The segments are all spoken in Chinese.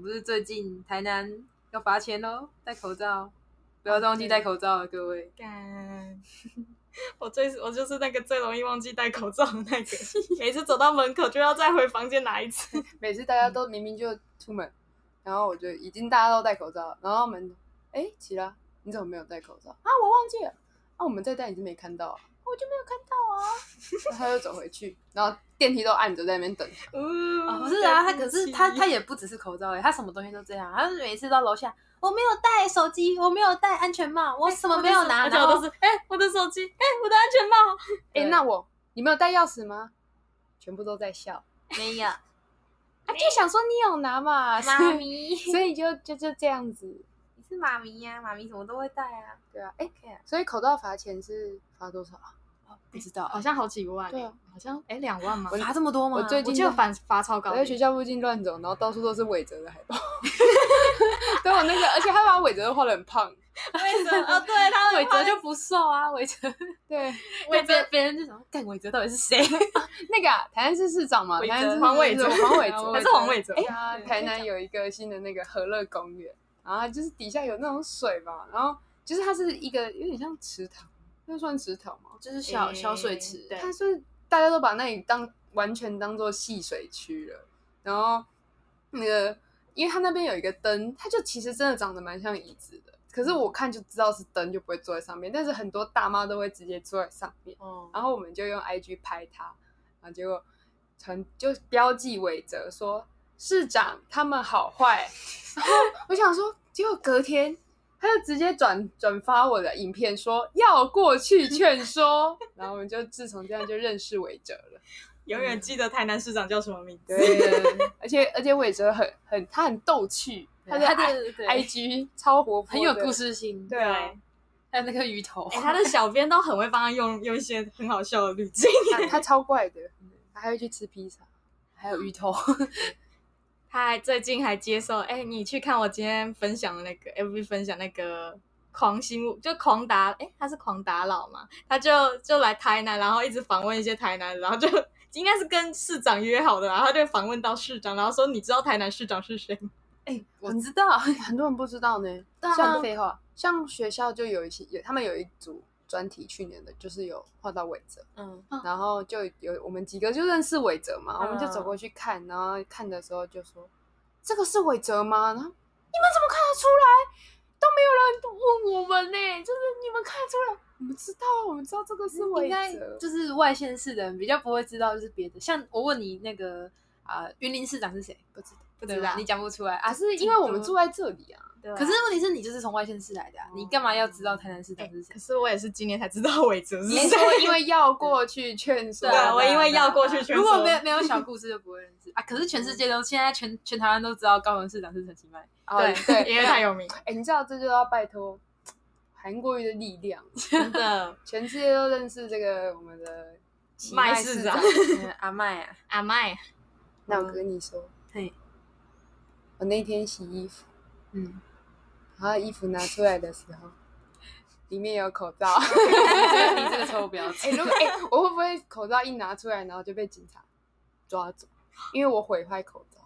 不是最近台南要罚钱咯，戴口罩，不要忘记戴口罩了，各位。 干，我就是那个最容易忘记戴口罩的那个，每次走到门口就要再回房间拿一次。 每次大家都明明就出门，然后我就已经大家都戴口罩，然后门起啦，你怎么没有戴口罩啊？我忘记了啊，我们在戴你是没看到啊，我就没有看到啊。然后他又走回去，然后电梯都按着在那边等。 不是啊，可是他也不只是口罩他什么东西都这样，他每次到楼下，我没有带手机，我没有带安全帽，我什么没有拿， 然后都是我的手机，我的安全帽， 那你没有带钥匙吗？全部都在笑， 没有啊， 就想说你有拿嘛， 妈咪， 所以就这样子。 你是妈咪呀，妈咪什么都会带啊。 对啊，所以口罩罚钱是罚多少啊？ 不知道， 好像好几万。 对啊， 好像2万吗？ 罚这么多吗？ 我最近就罚超高。 我在学校附近乱走，然后到处都是伟哲的海报，都有那个，而且他把伟哲都画得很胖。 伟哲对，他伟哲就不瘦啊，伟哲对， 别人就想干伟哲到底是谁？ 那个台南市市长嘛，台南市黄伟哲， 还是黄伟哲。 台南有一个新的那个和乐公园，然后就是底下有那种水嘛，然后就是它是一个有点像池塘，那算池塘吗？ 就是小水池， 它是大家都把那里完全当做戏水区了，然后那个因为它那边有一个灯，它就其实真的长得蛮像椅子的，可是我看就知道是灯，就不会坐在上面，但是很多大妈都会直接坐在上面，然后我们就用 IG 拍它，然后结果就标记伟哲说市长他们好坏，然后我想说，结果隔天他就直接转发我的影片说要过去劝说，然后我们就自从这样就认识伟哲了， 永远记得台南市长叫什么名字。 对，而且伟哲他很逗趣，他的 IG 超活泼， 很有故事性。 对啊， 还有那个鱼头， 他的小编都很会帮他用一些很好笑的滤镜。 他超怪的，他还会去吃披萨， 还有鱼头。 他最近还接受，你去看我今天分享的那个 FB 分享那个狂新就狂打，他是狂打扰嘛，他就来台南，然后一直访问一些台南人，然后就应该是跟市长约好的，然后他就访问到市长，然后说你知道台南市长是谁吗？ 我知道， 很多人不知道呢。 像废话， 像学校就有他们有一组专题，去年的就是有画到伟哲，然后就有我们几个就认识伟哲嘛，我们就走过去看，然后看的时候就说这个是伟哲吗？然后你们怎么看得出来？都没有人问我们呢，就是你们看得出来？我们知道这个是伟哲， 就是外县市的人比较不会知道，就是别的。像我问你那个云林市长是谁？不知道，你讲不出来啊？ 是因为我们住在这里啊。 可是问题是你就是从外县市来的你干嘛要知道台南市长是谁？ 可是我也是今年才知道伟哲是谁。 你说因为要过去劝说， 对，我因为要过去劝说。 如果没有小故事就不会认识啊。可是全世界都现在全台湾都知道高雄市长是陈其迈， 对，因为太有名。 你知道这就要拜托韩国瑜的力量， 真的， 全世界都认识这个我们的麦市长阿麦。 那我跟你说，我那天洗衣服，然后衣服拿出来的时候，里面有口罩。 你这个臭婊子！ 我会不会口罩一拿出来，然后就被警察抓走？因为我毁坏口罩。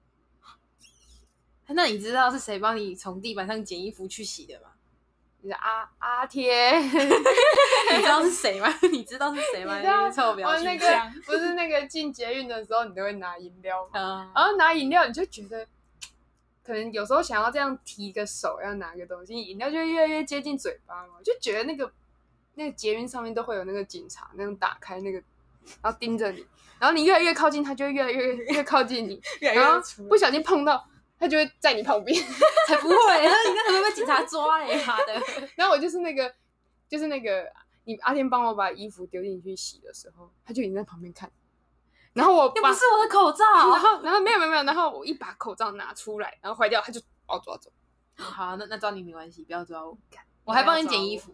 那你知道是谁帮你从地板上捡衣服去洗的吗？ 你是阿天， 你知道是谁吗？你知道是谁吗？臭婊子！ 那个不是那个进捷运的时候，你都会拿饮料吗？然后拿饮料，你就觉得可能有时候想要这样提个手要拿个东西，饮料就越来越接近嘴巴嘛，就觉得那个捷运上面都会有那个警察那样打开那个，然后盯着你，然后你越来越靠近，他就会越来越靠近你，然后不小心碰到。他就会在你旁边， 才不会！你看可能被警察抓嘞，妈的！ 然后我就是那个，你阿天帮我把衣服丢进去洗的时候，他就已经在旁边看。然后又不是我的口罩， 然后没有，然后我一把口罩拿出来，然后坏掉，他就把我抓走。 好，那抓你没关系，不要抓我，我还帮你捡衣服。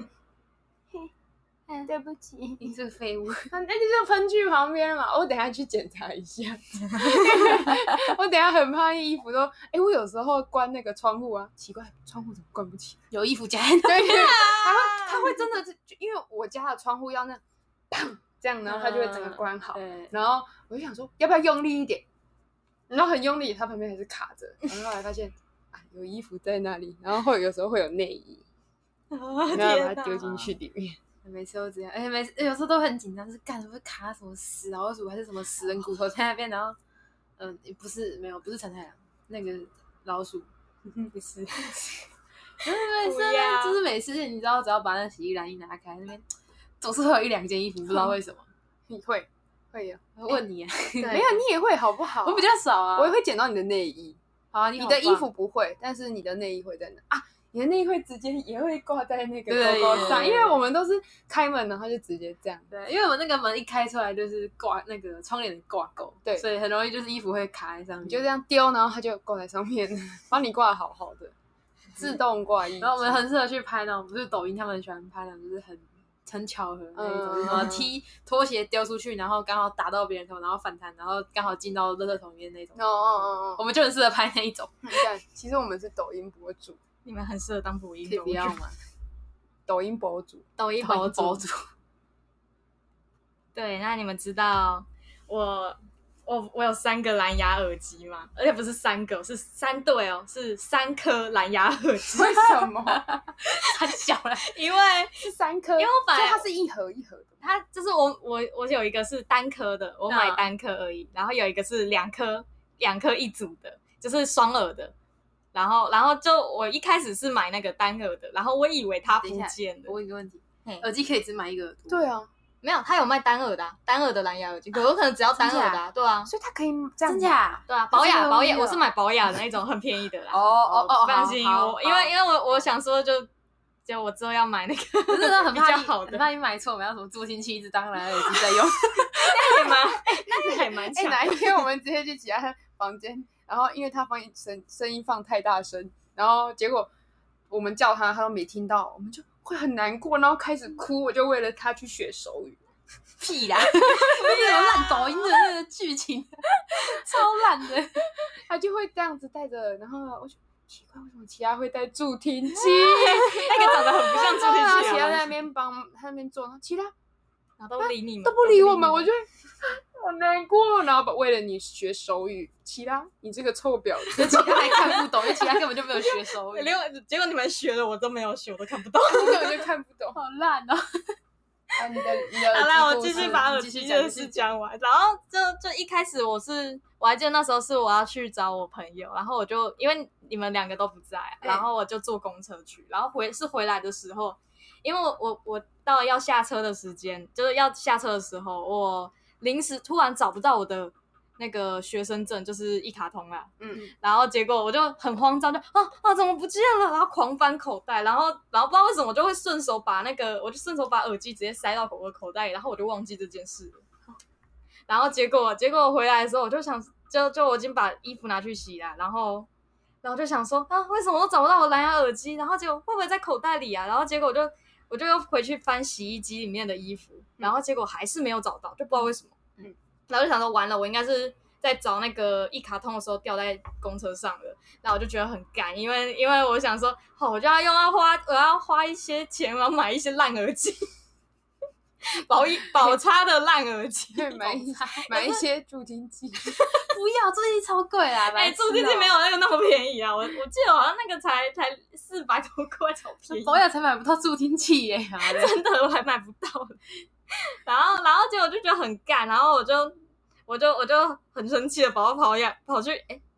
对不起， 你是个废物。 那就是喷去旁边嘛，我等一下去检查一下。我等一下很怕衣服都，我有时候关那个窗户啊，奇怪，窗户怎么关不起？ 有衣服夹对，它会真的是，因为我家的窗户要那砰这样，然后它就会整个关好。然后我就想说，要不要用力一点？ 然后很用力，它旁边还是卡着，然后后来发现有衣服在那里，然后有时候会有内衣，然后把它丢进去里面。 每次都这样，而且有时候都很紧张，是干什么卡什么死老鼠还是什么死人骨头在那边，然后不是陈太郎那个老鼠，不是，就是每次你知道，只要把那洗衣篮一拿开，那边总是会有一两件衣服，不知道为什么。 你会有？ 我问你没有，你也会好不好？ 我比较少啊， 我也会捡到你的内衣。 好啊， 你的衣服不会，但是你的内衣会在哪啊？你的内衣会直接也会挂在那个勾勾上，因为我们都是开门然后就直接这样。 对，因为我们那个门一开出来就是挂那个窗帘的挂钩， 对， 所以很容易就是衣服会卡在上面。 你就这样丢，然后它就挂在上面，帮你挂得好好的，自动挂衣。 然后我们很适合去拍那种，不是抖音他们很喜欢拍那种，就是很巧合那一种，什么踢拖鞋丢出去，然后刚好打到别人头，然后反弹，然后刚好进到垃圾桶里面那种。我们就很适合拍那一种。 其实我们是抖音博主。 你们很适合当抖音可以不要吗？ 抖音博主。 对，那你们知道我有3个蓝牙耳机吗？而且不是3个，是3对哦，是3颗蓝牙耳机。 为什么？ 太小了， 因为是3颗， 因为我本来它是一盒一盒的。 它就是我有一个是单颗的，我买单颗而已，然后有一个是2颗一组的，就是双耳的。然后就我一开始是买那个单耳的，然后我以为它不见了。 我问一个问题，耳机可以只买一个耳朵？ 对啊， 没有，它有卖单耳的，单耳的蓝牙耳机，可有可能只要单耳的啊，对啊， 所以它可以这样。 真假？ 对啊，保雅，我是买保雅的那种很便宜的啦。放心，因为我想说就我之后要买那个， 真的很比较好的， 很怕你买错，买到什么助听器一直当蓝牙耳机在用， 那也蛮强。 哪一天我们直接去其他房间。然后因为他声音放太大声，然后结果我们叫他都没听到，我们就会很难过，然后开始哭。我就为了他去学手语。 屁啦！那种烂抖音的那个剧情，超烂的。 他就会这样子带着，然后我就奇怪为什么其他会带助听器， 那个长得很不像助听器。 其他在那边帮他那边做，其他然后都不理你们， 都不理我们，我就好难过。然后为了你学手语，其他你这个臭婊子， 其他还看不懂，因为其他根本就没有学手语。 结果你们学了，我都没有学，我都看不懂， 我根本就看不懂， 好烂哦。 好啦，我继续把耳机的事讲完。然后就一开始我还记得那时候是我要去找我朋友，然后我就因为你们2个都不在，然后我就坐公车去，然后回来的时候，因为我到了要下车的时间，就是要下车的时候，我临时突然找不到我的那个学生证，就是一卡通啦，然后结果我就很慌张，就怎么不见了？然后狂翻口袋，然后不知道为什么我就会顺手把耳机直接塞到我的口袋里，然后我就忘记这件事了。然后结果回来的时候，我就想，就我已经把衣服拿去洗了，然后就想说为什么都找不到我蓝牙耳机？然后结果会不会在口袋里啊？然后结果我就又回去翻洗衣机里面的衣服，然后结果还是没有找到，就不知道为什么。然后就想说完了，我应该是在找那个一卡通的时候掉在公车上了。然后我就觉得很干，因为我想说，我就我要花一些钱，我要买一些烂耳机，宝叉的烂耳机， 买一些助听器。 不要，助听器超贵啦！ 助听器没有那么便宜啊！我记得好像那个才400多块，超便宜。 保养才买不到助听器耶， 真的我还买不到。然后结果就觉得很干，然后我就很生气的跑去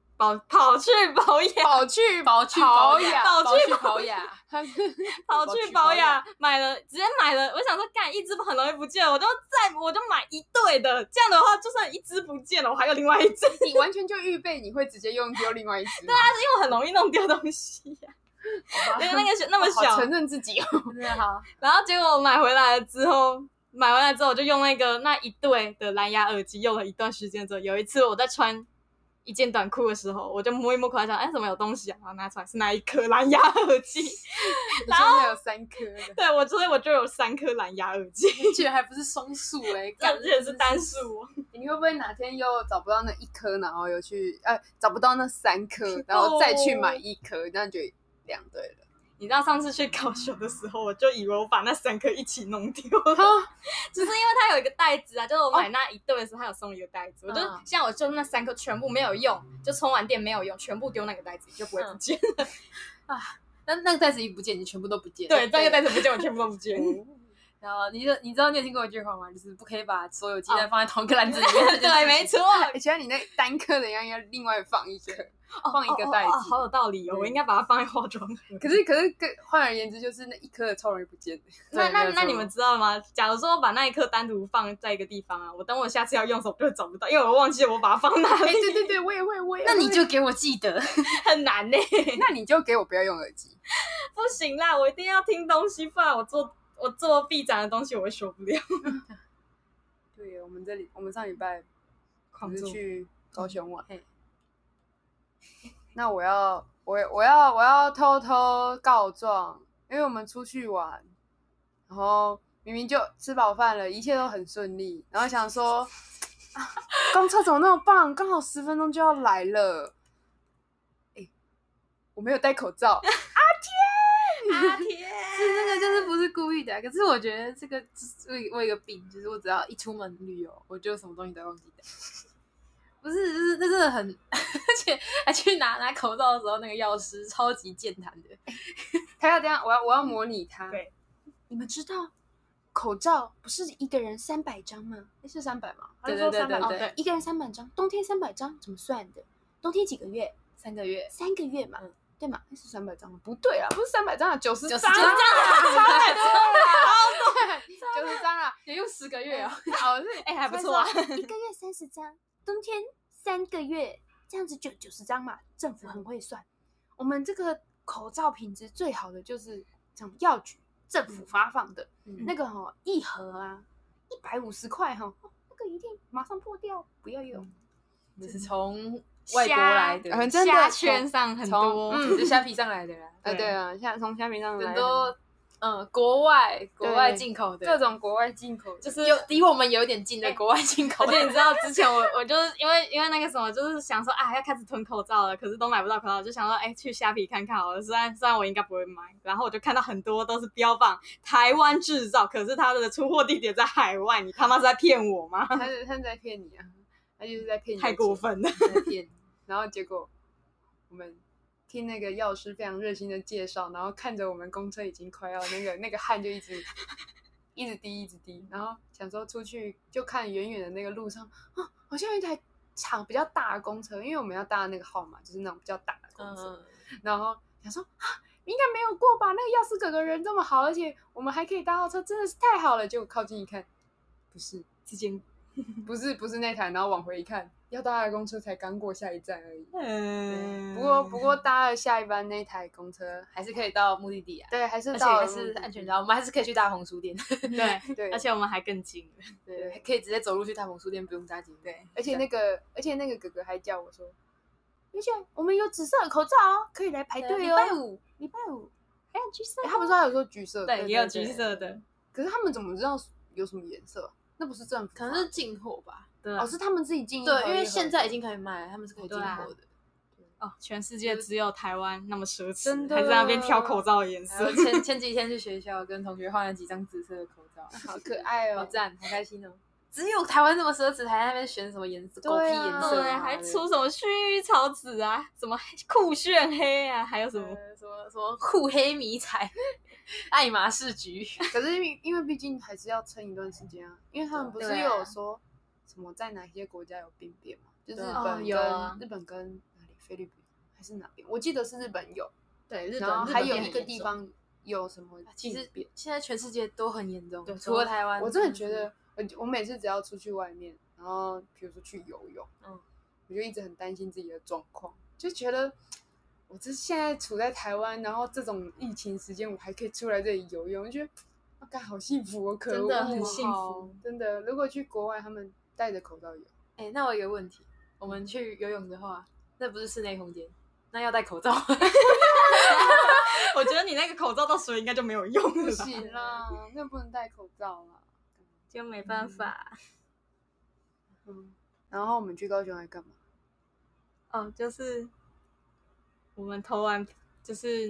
保养直接买了。我想说干一只很容易不见，我就买一对的，这样的话就算一只不见了，我还有另外一只。 你完全就预备你会直接用丢另外一只。 对啊，因为我很容易弄丢东西呀。那个那么小， 承认自己真的好。 然后结果我买回来之后，我就用那一对的蓝牙耳机用了一段时间之后，有一次我在穿一件短裤的时候，我就摸一摸口袋想，怎么有东西啊？然后拿出来是那一颗蓝牙耳机， 然后有3颗。 对，所以我就有3颗蓝牙耳机， 居然还不是双数而且是单数。 你会不会哪天又找不到那1颗，然后又去找不到那3颗，然后再去买1颗，那就2对了。 你知道上次去高雄的时候，我就以为我把那3颗一起弄丢了，就是因为它有一个袋子啊，就是我买那一对的时候，它有送一个袋子，我就像我就那3颗全部没有用，就充完电没有用，全部丢那个袋子就不会不见了啊。那个袋子一不见，你全部都不见。 对，那个袋子不见，我全部都不见。 然后你知道你有听过一句话吗？就是不可以把所有鸡蛋放在同一个篮子里面。 对，没错。 而且你那单颗的应该另外放一颗，放一个袋子。 好有道理哦，我应该把它放在化妆盒。 可是换而言之，就是那1颗的超容易不见。 那你们知道吗？假如说我把那1颗单独放在一个地方啊，我等我下次要用的时候，我就会找不到，因为我忘记了我把它放哪里。 对，我也会。 那你就给我记得， 很难呢。 那你就给我不要用耳机。 不行啦，我一定要听东西，不然我做臂展的东西我会受不了。 对，我们上礼拜只是去高雄玩。那我要偷偷告状，因为我们出去玩，然后明明就吃饱饭了，一切都很顺利，然后想说，公车怎么那么棒，刚好10分钟就要来了。我没有戴口罩。 阿天， 是那个就是不是故意的，可是我觉得这个我有一个病，就是我只要一出门旅游，我就什么东西都忘记带。不是，就是那真的很，而且还去拿口罩的时候，那个药师超级健谈的。 他要这样，我要模拟他。 对， 你们知道口罩不是一个人300张吗？是300吗？ 对， 一个人300张，冬天300张怎么算的？冬天几个月 ？3个月 ，3个月嘛。对嘛？那是300张吗？不对啊，不是300张啊，90张啊， 超多，90张啊， 也用10个月啊。 还不错啊。 1个月30张，冬天3个月，这样子就90张嘛。政府很会算。我们这个口罩品质最好的就是这种药局政府发放的那个1盒啊，150块那个一定马上破掉，不要用。 这是从外国来的， 真的虾圈上很多， 就虾皮上来的啦。 对啊，从虾皮上来很多，国外进口的， 各种国外进口的， 就是离我们有点近的国外进口的。 而且你知道之前我就是因为那个什么，就是想说要开始囤口罩了，可是都买不到口罩，就想说去虾皮看看好了。虽然我应该不会买，然后我就看到很多都是标榜台湾制造，可是它的出货地点在海外，你他妈是在骗我吗？ 他在骗你啊！他就是在骗你， 太过分了， 在骗。然后结果我们听那个药师非常热心的介绍，然后看着我们公车已经快要那个汗就一直滴，然后想说出去就看远远的那个路上好像有一台比较大的公车，因为我们要搭那个号码就是那种比较大的公车，然后想说应该没有过吧？那个药师哥哥人这么好，而且我们还可以搭到车，真的是太好了。结果靠近一看，不是之间不是那台，然后往回一看，要搭的公车才刚过下一站而已。不过搭了下一班那台公车还是可以到目的地啊。 对，还是到，而且还是安全的。我们还是可以去大红书店。 对，而且我们还更近了。 对，还可以直接走路去大红书店，不用搭捷运。 对，而且那个哥哥还叫我说，而且我们有紫色的口罩哦，可以来排队哦。礼拜五还有橘色。他不是有说橘色？ 对，也有橘色的。 可是他们怎么知道有什么颜色？那不是政府， 可能是进货吧。 对，是他们自己进。 对，因为现在已经可以卖了，他们是可以进货的。 全世界只有台湾那么奢侈，还在那边挑口罩的颜色。 前几天去学校跟同学换了几张紫色的口罩， 好可爱哦， 好赞，好开心哦。只有台湾这么奢侈，还在那边选什么颜色，狗屁颜色， 对，还出什么薰衣草紫啊，什么酷炫黑啊，还有什么酷黑迷彩。爱马仕橘， 可是因为毕竟还是要撑一段时间啊，因为他们不是有说什么在哪些国家有病变嘛，就是日本跟哪里，菲律宾还是哪边？我记得是日本有， 对，日本还有一个地方有什么？ 其实现在全世界都很严重，除了台湾。 我真的觉得，我每次只要出去外面，然后比如说去游泳，我就一直很担心自己的状况，就觉得。我现在处在台湾，然后这种疫情时间，我还可以出来这里游泳，我觉得好幸福哦！可恶， 真的很幸福， 真的。如果去国外，他们戴着口罩游。 那我有一个问题，我们去游泳的话，那不是室内空间，那要戴口罩。 我觉得你那个口罩到水应该就没有用了。 不行啦，那不能戴口罩啦， 就没办法。 然后我们去高雄还干嘛？ 就是。我们投完就是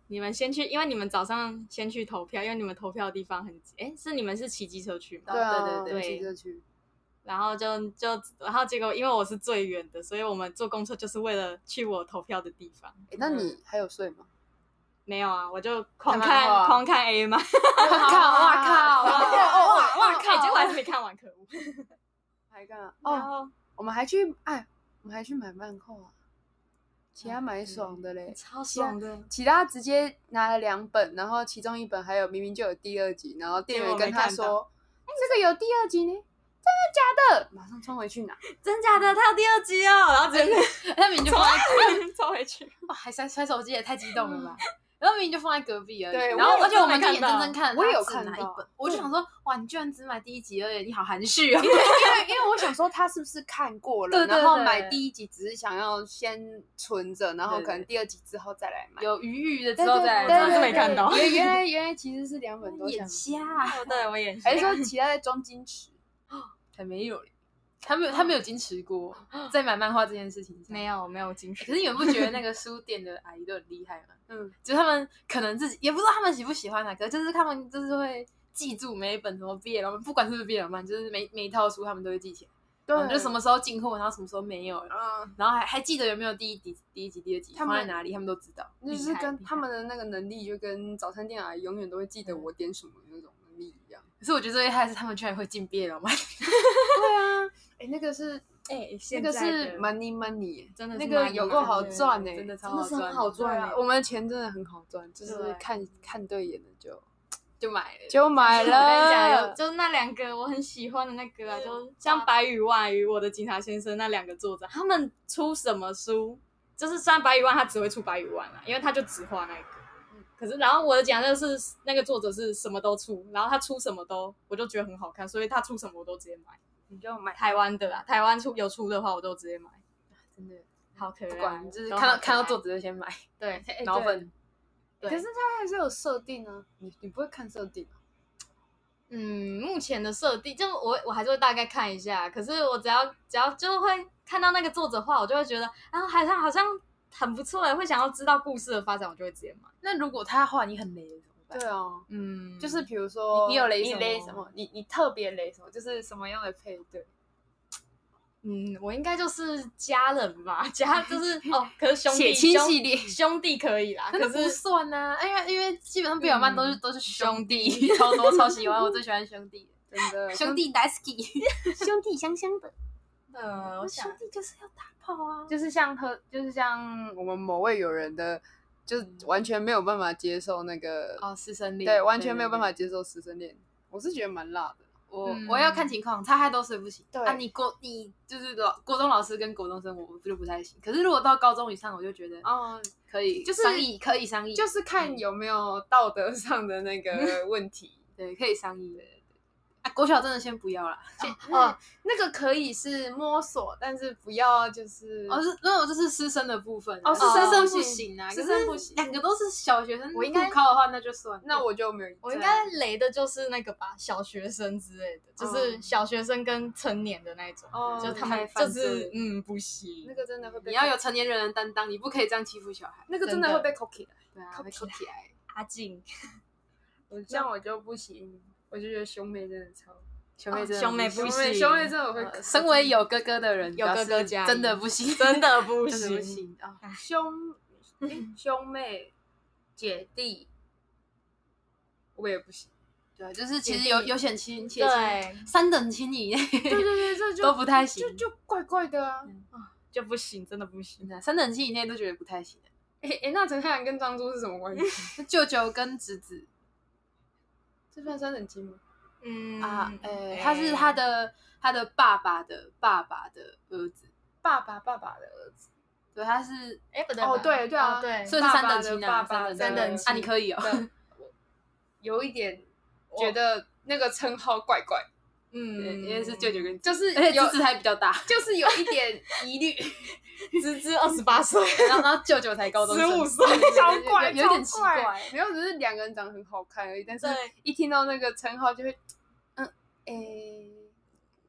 你们先去，因为你们早上先去投票，因为你们投票的地方很是你们是骑机车去吗？ 对啊， 对， 骑车去。 然后然后结果因为我是最远的，所以我们坐公车就是为了去我投票的地方。 那你还有睡吗？ 没有啊，我就狂看 A 嘛。 哇靠！ 结果还是没看完，可恶。 还看我们还去买漫画，其他买爽的嘞， 超爽的。 其他直接拿了2本，然后其中一本还有明明就有第2集，然后店员跟他说这个有第2集呢，真的假的？马上冲回去拿， 真假的？他有第2集哦，然后直接他明明就放在冲回去， 哇，还甩手机也太激动了吧！然后明明就放在隔壁而已， 对， 然后而且我们就眼睁睁看我也有看到一本，我就想说，哇，你居然只买第1集而已，你好含蓄哦。 因为我想说他是不是看过了，然后买第1集只是想要先存着，然后可能第2集之后再来买， 有余裕的之后再来买， 真的是没看到。 原来其实是2本都眼瞎， 对我眼瞎， 还是说其他在装矜持？ 才没有嘞。他没有矜持过，在买漫画这件事情上没有矜持。 可是你们不觉得那个书店的阿姨都很厉害吗？就是他们可能自己也不知道他们喜不喜欢可是就是他们就是会记住每一本什么毕业了，不管是不是毕业了漫，就是每一套书他们都会记起来。对，就什么时候进货，然后什么时候没有了，然后还记得有没有第1集、第2集放在哪里，他们都知道。 就是跟他们的那个能力，就跟早餐店阿姨永远都会记得我点什么那种能力一样。 可是我觉得最厉害的是他们居然会进毕业了漫。 对啊。那个是那个是 money， 真的那个有够好赚真的超好赚啊！我们的钱真的很好赚，就是看对眼的就买了， 就买了。 我跟你讲，就是那2个我很喜欢的那个啊，就像白羽万与我的警察先生那2个作者，他们出什么书，就是虽然白羽万他只会出白羽万啦，因为他就只画那个。可是，然后我的讲的是那个作者是什么都出，然后他出什么都，我就觉得很好看，所以他出什么我都直接买。 你就买台湾的啦，台湾有出的话我都直接买， 真的好可爱。 不管就是看到作者就先买， 对， 脑粉。 可是它还是有设定啊，你不会看设定啊？ 目前的设定就我还是会大概看一下，可是我只要就会看到那个作者画，我就会觉得啊，好像很不错，会想要知道故事的发展，我就会直接买。 那如果他画你很雷的？ 对啊，就是比如说你有雷什么，你特别雷什么，就是什么样的配对？ 我应该就是家人吧，就是可是兄弟血亲系列兄弟可以啦，可是不算啊，因为基本上毕业漫都是兄弟，超多超喜欢，我最喜欢兄弟， 真的兄弟大好き，兄弟香香的。 我想兄弟就是要打炮啊， 就是像我们某位友人的。就完全没有办法接受那个师生恋， 对，完全没有办法接受师生恋，我是觉得蛮辣的。 我要看情况，他都是不行。 对啊，你就是国中老师跟国中生，我就不太行。可是如果到高中以上，我就觉得可以， 就是可以商议， 就是看有没有道德上的那个问题， 对，可以商议的。国小真的先不要啦。 那个可以是摸索，但是不要就是如果这是师生的部分， 师生不行啊， 师生不行 ，2个都是小学生， 我应该考的话那就算， 那我就没有。 我应该雷的就是那个吧，小学生之类的，就是小学生跟成年的那种，就他们就是不行， 那个真的会被你要有成年人的担当，你不可以这样欺负小孩， 那个真的会被扣起来， 对啊，被扣起来。 阿静， 这样我就不行。我就觉得兄妹真的超， 兄妹不行， 兄妹真的会。 身为有哥哥的人， 有哥哥家真的不行， 真的不行啊！ 兄妹姐弟，我也不行。 对，就是其实有显亲戚， 对 3等亲以内， 对，这就都不太行， 就怪怪的啊， 就不行，真的不行。 3等亲以内都觉得不太行。 那陈汉跟张珠是什么关系？ 舅舅跟侄子。 这算3等亲吗？ 他是他的爸爸的爸爸的儿子， 爸爸的儿子， 对，他是不对， 对啊， 对， 所以是3等亲啊 ，3 等亲啊，你可以有一点觉得那个称号怪怪， 因为是舅舅跟就是而且侄子还比较大， 就是有一点疑虑， 侄子28岁， 然后舅舅才高中生 15岁， 超怪， 有点奇怪， 没有，只是2个人长得很好看而已，但是一听到那个称号就会，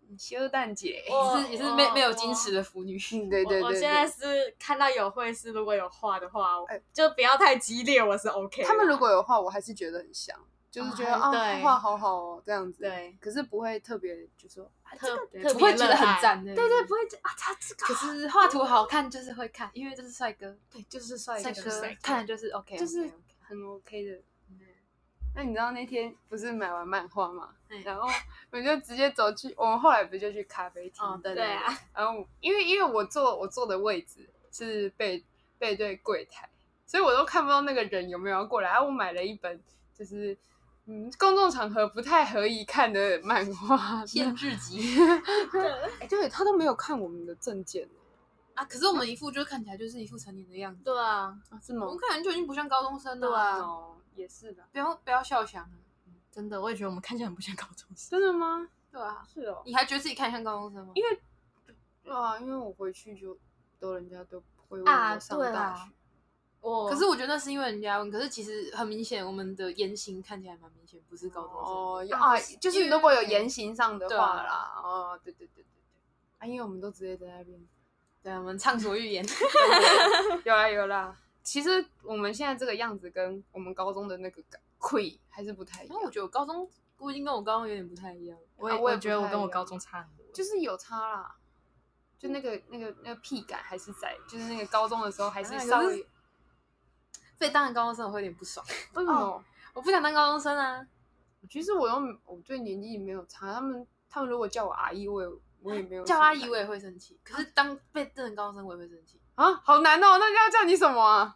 修蛋姐也是没有矜持的腐女。 对。 我现在是看到有会是如果有画的话，就不要太激烈，我是 OK。 他们如果有画，我还是觉得很像，就是觉得画好好哦这样子。 对， 可是不会特别就说特不会觉得很赞的。 对，不会他这个。 可是画图好看就是会看，因为这是帅哥。 对，就是帅哥， 看的就是 OK， 就是很 OK 的。那你知道那天不是买完漫画嘛，然后我就直接走去，我们后来不就去咖啡厅？ 对啊。 然后因为我坐的位置是背对柜台，所以我都看不到那个人有没有要过来。然后我买了一本就是公众场合不太可以看的漫画， 限制级。 对，他都没有看我们的证件啊，可是我们一副就看起来就是一副成年的样子。 对啊， 是吗？ 我们看起来就已经不像高中生了。 对啊。 也是的， 不要笑强。 真的，我也觉得我们看起来很不像高中生。 真的吗？ 对啊， 是哦。 你还觉得自己看像高中生吗？ 因为我回去就人家都会问我上大学。 可是我觉得那是因为人家问，可是其实很明显，我们的言行看起来蛮明显，不是高中生。 就是如果有言行上的话啦。对。因为我们都直接在那边， 对，我们畅所欲言。 有啦。其实我们现在这个样子跟我们高中的那个溃还是不太一样。 我觉得我已经跟我高中有点不太一样。 我觉得我跟我高中差很多， 就是有差啦。就那个屁感还是在，就是那个高中的时候还是稍微。 所以当然高中生我会有点不爽。 为什么？ 我不想当高中生啊。 其实我对年纪没有差，他们如果叫我阿姨，我也没有叫阿姨我也会生气，可是当被认成高中生我也会生气啊，好难哦。那要叫你什么啊？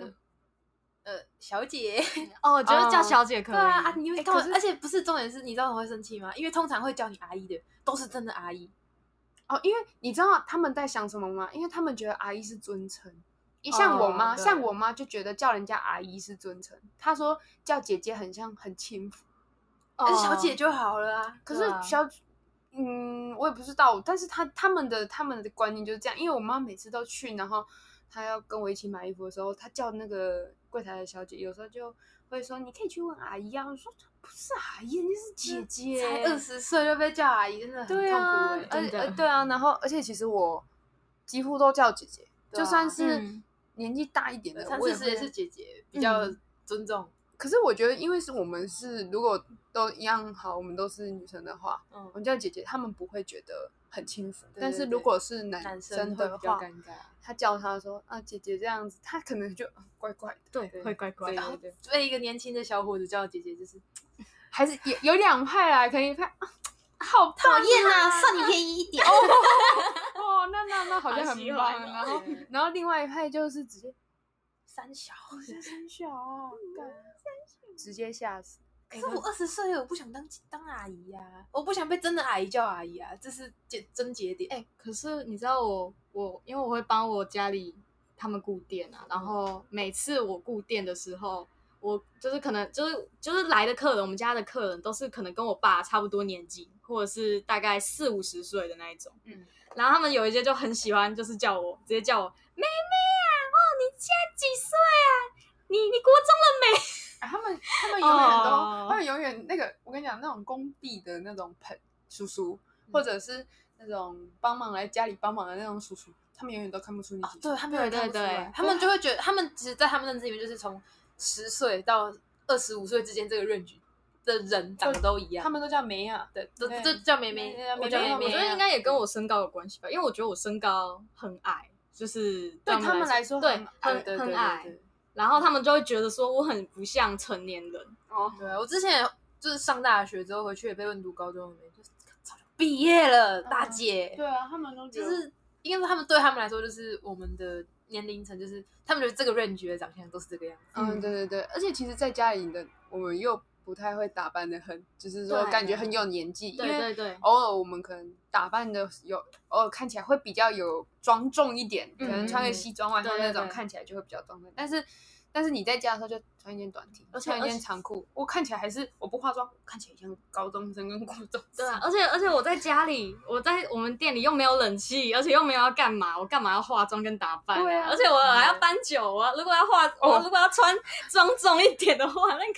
小姐。 我觉得叫小姐可以。 对啊，你会而且不是重点是，你知道我会生气吗？因为通常会叫你阿姨的都是真的阿姨。 因为你知道他们在想什么吗？因为他们觉得阿姨是尊称。像我妈就觉得叫人家阿姨是尊称，她说叫姐姐很像很轻浮， 但是小姐就好了啊。 可是我也不知道，但是他们的观念就是这样。因为我妈每次都去，然后她要跟我一起买衣服的时候，她叫那个柜台的小姐，有时候就会说你可以去问阿姨啊。我说不是阿姨，你是姐姐， 才20岁就被叫阿姨，真的很痛苦真的。对啊，然后而且其实我几乎都叫姐姐，就算是年纪大一点的 ，30也是姐姐，比较尊重。 可是我觉得，因为我们如果都一样好，我们都是女生的话，我们叫姐姐，他们不会觉得很轻浮。但是如果是男生的话，他叫他说姐姐这样子，他可能就怪怪的。 对，会怪怪的。 对，被一个年轻的小伙子叫姐姐，就是还是有两派啦，可以派。好讨厌啊！算你便宜一点那好像很棒。然后另外一派就是直接三小啊，直接吓死。 可是我20岁了，我不想当阿姨呀，我不想被真的阿姨叫阿姨啊，这是症结点。 可是你知道我因为我会帮我家里他们顾店啊，然后每次我顾店的时候，我就是可能就是来的客人，我们家的客人都是可能跟我爸差不多年纪，或者是大概40-50岁的那一种。然后他们有一些就很喜欢，就是直接叫我妹妹啊，你现在几岁啊？你国中了没？ 他们永远都，他们永远那个，我跟你讲，那种工地的那种叔叔，或者是那种来家里帮忙的那种叔叔，他们永远都看不出你几岁。 对，他们永远看不出来，他们就会觉得，他们其实，在他们认知里面，就是从10岁到25岁之间这个range的人长得都一样， 他们都叫梅啊， 对，都叫妹妹， 我觉得应该也跟我身高有关系吧，因为我觉得我身高很矮，就是对他们来说很矮。然后他们就会觉得说我很不像成年人。 对，我之前就是上大学之后回去也被问读高中的妹，就是早就毕业了，大姐。 对啊，他们都就是因为他们对他们来说，就是我们的年龄层，就是他们觉得这个range的长相都是这个样子。 对，而且其实在家里的我们又不太会打扮的很，就是说感觉很有年纪，因为偶尔我们可能打扮的偶尔看起来会比较有庄重一点，可能穿个西装外套那种看起来就会比较庄重，但是你在家的时候就穿一件短 T， 穿一件长裤，我看起来还是我不化妆，看起来像高中生跟国中生。 对啊，而且我在家里，我在我们店里又没有冷气，而且又没有要干嘛，我干嘛要化妆跟打扮？ 对啊， 而且我还要搬酒，如果要如果要穿庄重一点的话，那个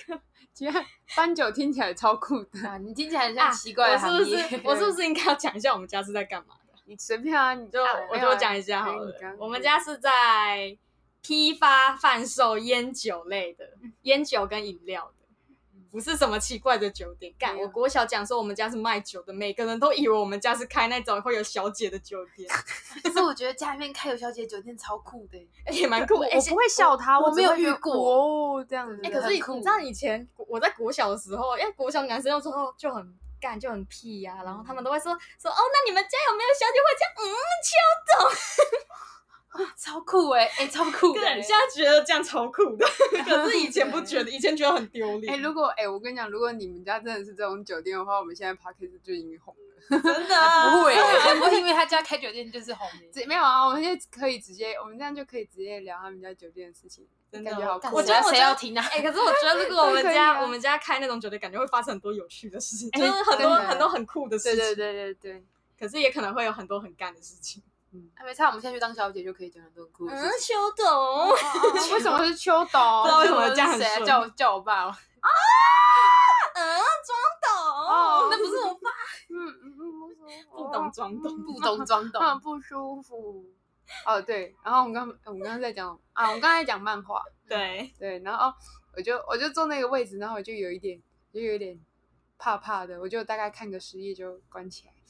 其实搬酒听起来超酷的啊！你听起来很像奇怪的行业。 我是不是应该要讲一下我们家是在干嘛的？ 你随便啊， 我就讲一下好了。我们家是在批发贩售烟酒类的，烟酒跟饮料的。不是什么奇怪的酒店，干！我国小讲说我们家是卖酒的，每个人都以为我们家是开那种会有小姐的酒店。 可是我觉得家里面开有小姐的酒店超酷的， 也蛮酷。 我不会笑他， 我没有遇过哦，这样子。 可是你知道以前我在国小的时候，因为国小男生有时候就很干，就很屁呀，然后他们都会说哦，那你们家有没有小姐会这样？邱总。 超酷超酷的！ 现在觉得这样超酷的，可是以前不觉得，以前觉得很丢脸。 如果我跟你讲，如果你们家真的是这种酒店的话，我们现在 podcast 就已经红了。 真的不会，不会因为他家开酒店就是红的。 没有啊，我们现在可以直接，我们这样就可以直接聊他们家酒店的事情， 真的感觉好酷。 我觉得谁要听啊？ 可是我觉得如果我们家开那种酒店，感觉会发生很多有趣的事情，就是很多很酷的事情。 对。 可是也可能会有很多很干的事情。 没差，我们现在去当小姐就可以讲很多很酷的事情。 邱董， 为什么是邱董？ 不知道为什么这样很谁叫我爸吗？ 庄董， 那不是我爸。 不懂装懂， 不懂装懂， 不舒服。哦，对，然后我们刚刚在讲我们刚才讲漫画， 对， 然后我就坐那个位置，然后我就有一点怕怕的，我就大概看个10页就关起来，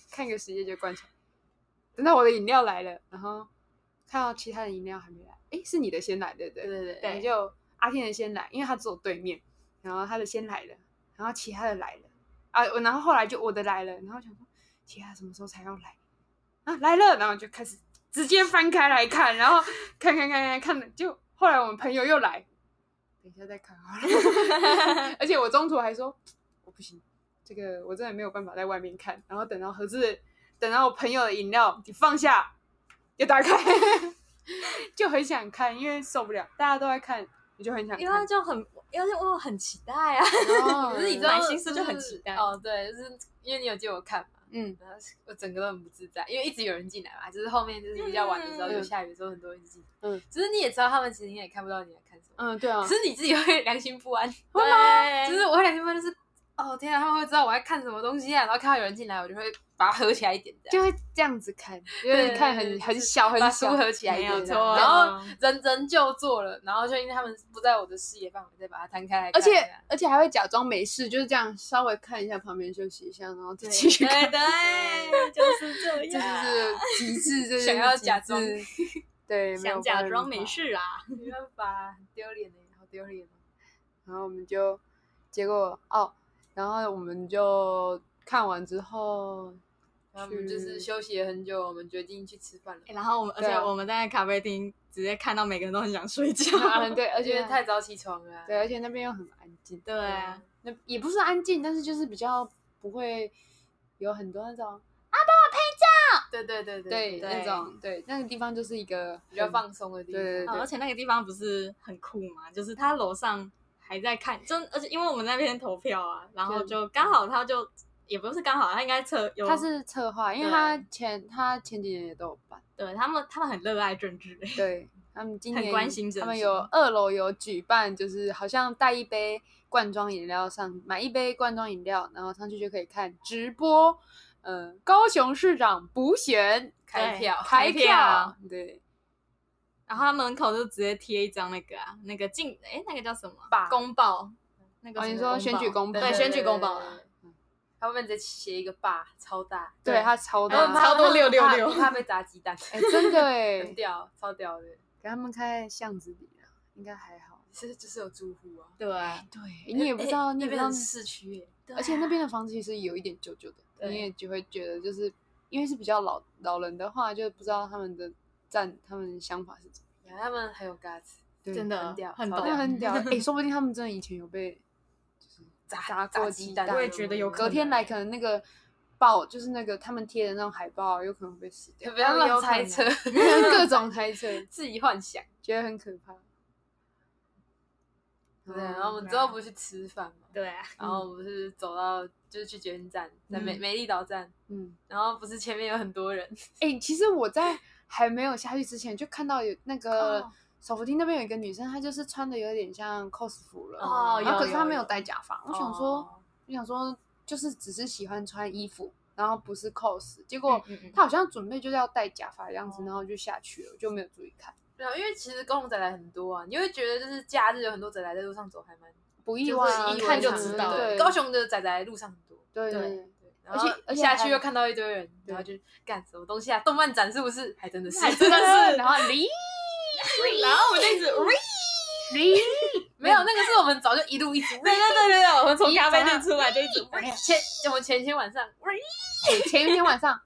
等到我的饮料来了，然后看到其他的饮料还没来，是你的先来，对不对？对，就阿天的先来，因为他坐我对面，然后他的先来了，然后其他的来了啊，然后后来就我的来了，然后想说其他什么时候才要来啊？来了，然后就开始直接翻开来看，然后看了，就后来我们朋友又来，等一下再看好了，而且我中途还说我不行，这个我真的没有办法在外面看，然后等到我朋友的饮料你放下又打开就很想看，因为受不了大家都在看，我就很想看， 因为就很因为我很期待啊， 可是你知道心思就很期待对，就是因为你有借我看嘛，然后我整个都很不自在，因为一直有人进来嘛，就是后面就是比较晚的时候，有下雨的时候，很多人进，就是你也知道他们其实你也看不到你在看什么， 对啊， 可是你自己会良心不安， 对， 就是我会良心不安，就是天啊，他们会知道我在看什么东西啊，然后看到有人进来，我就会把它合起来一点， 就会这样子看，就是看很小， 把书合起来一点，然后人就坐了，然后就因为他们不在我的视野范围，再把它摊开来看， 而且还会假装没事，就是这样稍微看一下旁边休息一下，然后再继续看， 对，就是这样， 这就是极致， 想要假装， 对， 想假装没事啊， 没办法，很丢脸好丢脸然后我们就结果然后我们就看完之后， 然后我们就是休息了很久，我们决定去吃饭了。 然后而且我们在咖啡厅直接看到每个人都很想睡觉， 对，而且太早起床了， 对，而且那边又很安静， 对啊， 那也不是安静，但是就是比较不会有很多那种帮我拍照，对， 那种对，那个地方就是一个比较放松的地方， 对， 而且那个地方不是很酷嘛，就是他楼上还在看，而且因为我们那边投票啊，然后就刚好他就也不是刚好，他应该他是策划，因为他前几年也都有办， 对他们很热爱政治， 对他们今年很关心政治， 他们有2楼有举办，就是好像带一杯罐装饮料买一杯罐装饮料，然后上去就可以看直播，高雄市长补选开票， 对。 然后他门口就直接贴一张那个那个叫什么公报，那个你说选举公报， 对，选举公报， 他后面直接写一个霸，超大， 对，他超大， 超多666， 怕被砸鸡蛋， 真的很屌，超屌的， 给他们开在巷子里了，应该还好， 就是有住户啊， 对，你也不知道， 那边是市区耶， 而且那边的房子其实有一点旧旧的，你也就会觉得就是因为是比较老人的话，就不知道他们的想法是怎么样， 他们很有 guts， 真的很屌， 很屌，说不定他们真的以前有被就是砸过鸡蛋， 我也觉得有可能， 隔天来可能那个报就是那个他们贴的那种海报有可能会死掉， 不要乱猜测， 各种猜测， 自己幻想， 觉得很可怕。 对，然后我们之后不是去吃饭嘛， 对啊， 然后我们不是走到就是去捷运站，在美丽岛站，然后不是前面有很多人， 其实我在还没有下去之前就看到有那个手扶梯那边有一个女生，她就是穿的有点像 cos 服了，然后可是她没有戴假发。我想说，就是只是喜欢穿衣服，然后不是 cos， 结果她好像准备就是要戴假发的样子，然后就下去了，我就没有注意看。 对啊，因为其实高雄宅来很多啊，你会觉得就是假日有很多宅来在路上走，还蛮不意外啊， 一看就知道。 对，高雄的宅在路上很多， 对。 而且下去又看到一堆人，然后就干什么东西啊？动漫展是不是？还真的是， 然后然后我们就一直没有，那个是我们早就一直对，我们从咖啡店出来就一直我们前一天晚上前一天晚上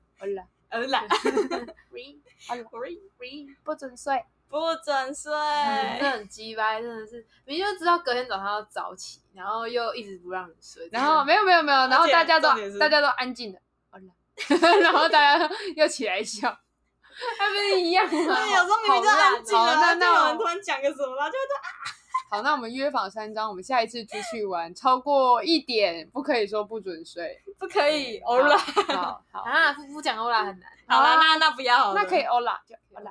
不准睡， 真的很鸡掰，真的是，你就知道隔天早上要早起，然后又一直不让人睡， 然后没有，然后大家都安静的，然后大家又起来笑，还不是一样吗？ 有时候明明就安静了， 那有人突然讲个什么，然后就好，那我们约法三章，我们下一次出去玩超过1点不可以说不准睡， 不可以欧啦。 好啊，不讲欧啦很难。 好啦，那不要好了， 那可以欧啦，就欧啦。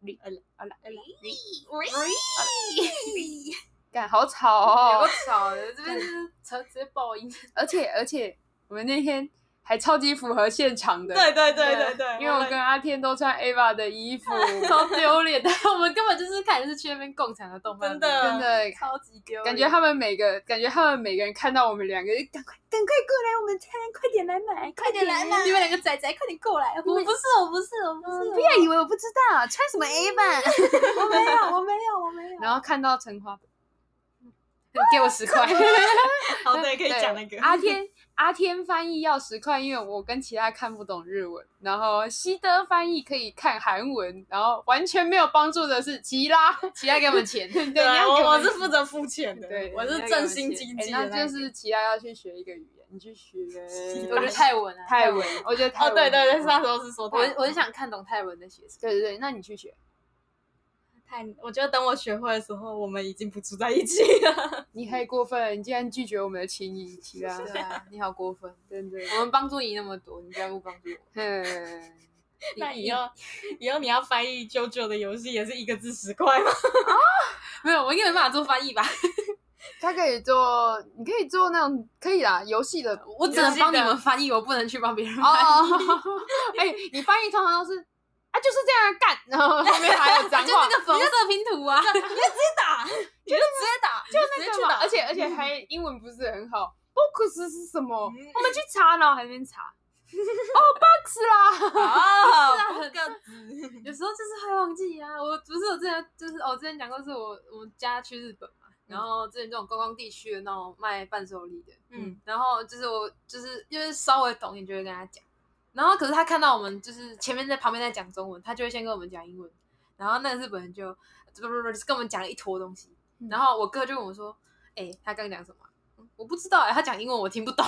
干好吵哦， 有个吵的，这边是直接爆音， 而且我们那天还超级符合现场的， 对， 因为我跟阿天都穿 Ava 的衣服， 超丢脸的。我们根本就是看是去那边共享的动漫， 真的超级丢脸。 感觉他们每个人看到我们两个，赶快过来，我们餐，快点来买，快点来买， 你们两个仔仔快点过来！我不是， 不要以为我不知道穿什么 Ava， 我没有。 然后看到陈华， 给我10块。 好，对，可以讲那个阿天翻译要10块，因为我跟其他看不懂日文，然后西德翻译可以看韩文，然后完全没有帮助的是奇拉给我们钱， 对， 我是负责付钱的， 对， 我是真心经济的， 那就是奇拉要去学一个语言，你去学， 我觉得泰文， 我觉得泰文， 对，那时候是说我很想看懂泰文的写什么， 对，那你去学。 我觉得等我学会的时候，我们已经不住在一起了。 你太过分了，你竟然拒绝我们的情谊，奇拉。 对啊，你好过分， 真的。 我们帮助你那么多，你居然不帮助我。 那以后你要翻译JoJo的游戏也是1个字10块吗？ 没有，我应该没办法做翻译吧。 他可以做，你可以做那种可以啦，游戏的， 我只能帮你们翻译，我不能去帮别人翻译。 你翻译通常都是就是这样干，然后后面还有脏话， 就那个粉色拼图啊，你就直接打， 就那个嘛，而且还英文不是很好 ，box 是什么？我们去查，然后还在那边查。box 啦， 很个字，有时候就是会忘记啊。我不是我之前就是之前讲过，是我们家去日本嘛，然后之前这种观光地区的那种卖伴手礼的，然后就是我就是因为稍微懂一点就会跟他讲。然后可是他看到我们就是前面在旁边在讲中文，他就会先跟我们讲英文，然后那个日本人就跟我们讲了一坨东西，然后我哥就问我说：“他刚讲什么？我不知道他讲英文我听不懂。”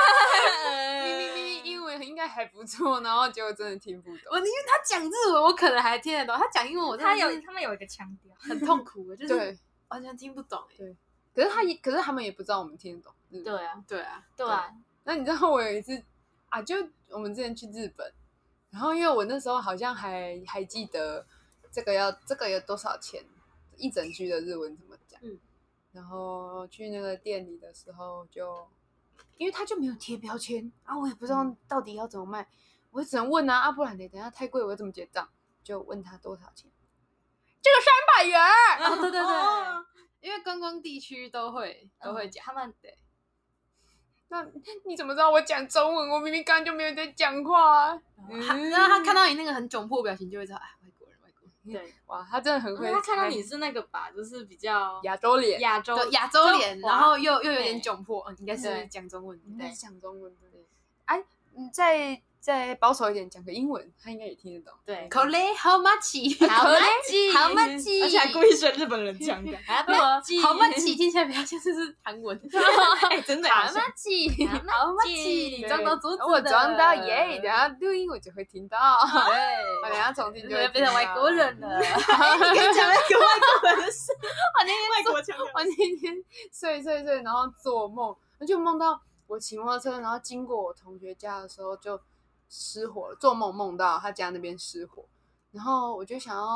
明英文应该还不错，然后结果真的听不懂。 因为他讲日文我可能还听得懂，他讲英文他们有一个腔调很痛苦的，就是完全听不懂。 对，可是他们也不知道我们听得懂。 对啊。 那你知道我有一次就我们之前去日本，然后因为我那时候好像还记得这个有多少钱，一整句的日文怎么讲，然后去那个店里的时候就，因为他就没有贴标签我也不知道到底要怎么卖，我只能问不然等一下太贵我要怎么结账，就问他多少钱，这个300元对，因为观光地区都会讲， 他们对。 那你怎么知道我讲中文？我明明刚刚就没有在讲话然后他看到你那个很窘迫的表情，就会知道外国人。 对， 哇，他真的很会。 他看到你是那个吧，就是比较亚洲脸， 亚洲脸，然后又有点窘迫，应该是讲中文， 应该是讲中文对。再保守一点，讲个英文，他应该也听得懂。 对 ，Kole how much？ How much？ 而且还故意学日本人讲的。 How much？ 听起来比较像是韩文。 真的。 How much？ 你装到桌子的。 我装到耶，等下录音我就会听到。对，我等下重听就会变成外国人了。 你可以讲那个外国人的事。 我那天睡，然后做梦，就梦到我骑摩托车，然后经过我同学家的时候就失火了，做梦梦到他家那边失火，然后我就想要